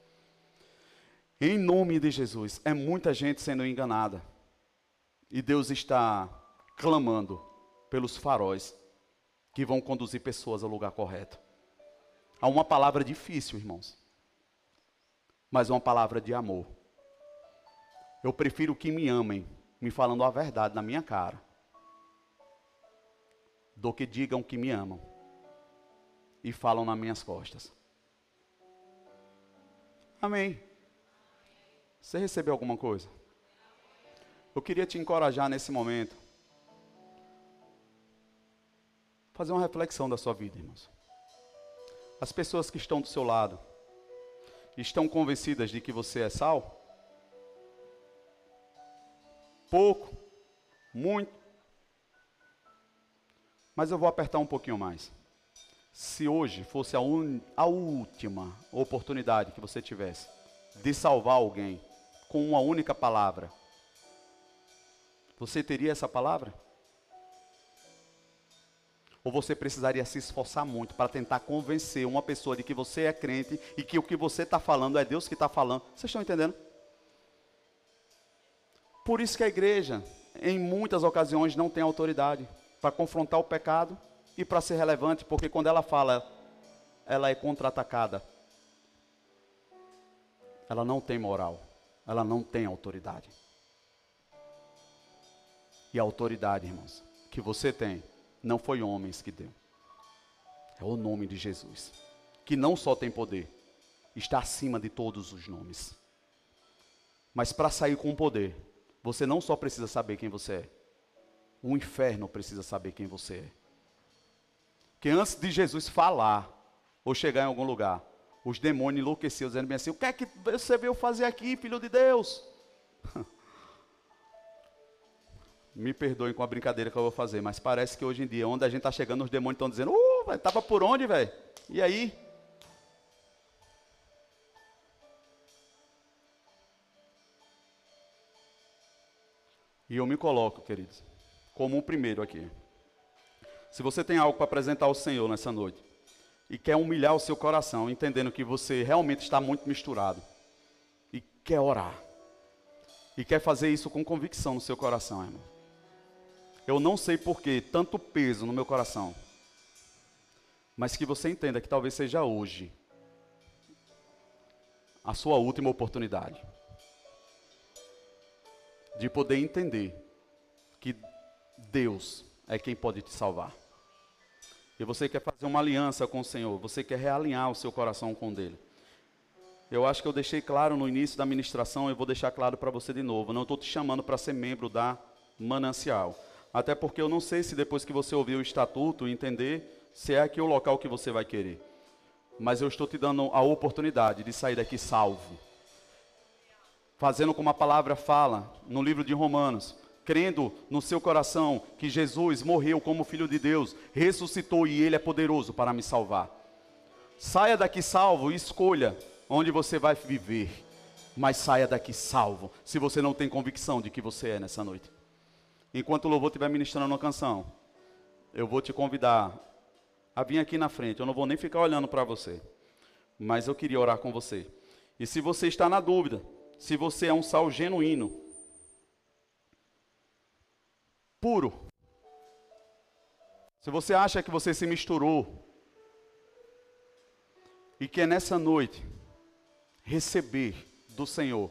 Em nome de Jesus. É muita gente sendo enganada. E Deus está clamando pelos faróis que vão conduzir pessoas ao lugar correto. Há uma palavra difícil, irmãos. Mas uma palavra de amor. Eu prefiro que me amem, me falando a verdade na minha cara, do que digam que me amam e falam nas minhas costas. Amém. Você recebeu alguma coisa? Eu queria te encorajar nesse momento. Fazer uma reflexão da sua vida, irmãos. As pessoas que estão do seu lado, estão convencidas de que você é sal? Pouco? Muito? Mas eu vou apertar um pouquinho mais. Se hoje fosse a última oportunidade que você tivesse de salvar alguém com uma única palavra, você teria essa palavra? Ou você precisaria se esforçar muito para tentar convencer uma pessoa de que você é crente e que o que você está falando é Deus que está falando? Vocês estão entendendo? Por isso que a igreja, em muitas ocasiões, não tem autoridade para confrontar o pecado e para ser relevante, porque quando ela fala, ela é contra-atacada. Ela não tem moral, ela não tem autoridade. E a autoridade, irmãos, que você tem, não foi homens que deu. É o nome de Jesus, que não só tem poder, está acima de todos os nomes. Mas para sair com poder, você não só precisa saber quem você é, o inferno precisa saber quem você é. Que antes de Jesus falar, ou chegar em algum lugar, os demônios enlouqueciam, dizendo bem assim, o que é que você veio fazer aqui, filho de Deus? Me perdoem com a brincadeira que eu vou fazer, mas parece que hoje em dia, onde a gente está chegando, os demônios estão dizendo, estava por onde, velho? E aí? E eu me coloco, queridos, como o primeiro aqui. Se você tem algo para apresentar ao Senhor nessa noite, e quer humilhar o seu coração, entendendo que você realmente está muito misturado, e quer orar, e quer fazer isso com convicção no seu coração, irmão. Eu não sei por que tanto peso no meu coração, mas que você entenda que talvez seja hoje a sua última oportunidade de poder entender que Deus é quem pode te salvar. E você quer fazer uma aliança com o Senhor, você quer realinhar o seu coração com o dele. Eu acho que eu deixei claro no início da ministração, eu vou deixar claro para você de novo. Não estou te chamando para ser membro da Manancial. Até porque eu não sei se depois que você ouvir o estatuto, entender se é aqui o local que você vai querer. Mas eu estou te dando a oportunidade de sair daqui salvo. Fazendo como a palavra fala no livro de Romanos. Crendo no seu coração que Jesus morreu como Filho de Deus, ressuscitou e Ele é poderoso para me salvar. Saia daqui salvo e escolha onde você vai viver. Mas saia daqui salvo, se você não tem convicção de que você é nessa noite. Enquanto o louvor estiver ministrando uma canção, eu vou te convidar a vir aqui na frente. Eu não vou nem ficar olhando para você, mas eu queria orar com você. E se você está na dúvida, se você é um sal genuíno, puro, se você acha que você se misturou, e quer nessa noite receber do Senhor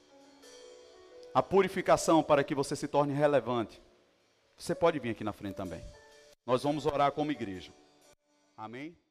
a purificação para que você se torne relevante, você pode vir aqui na frente também. Nós vamos orar como igreja. Amém?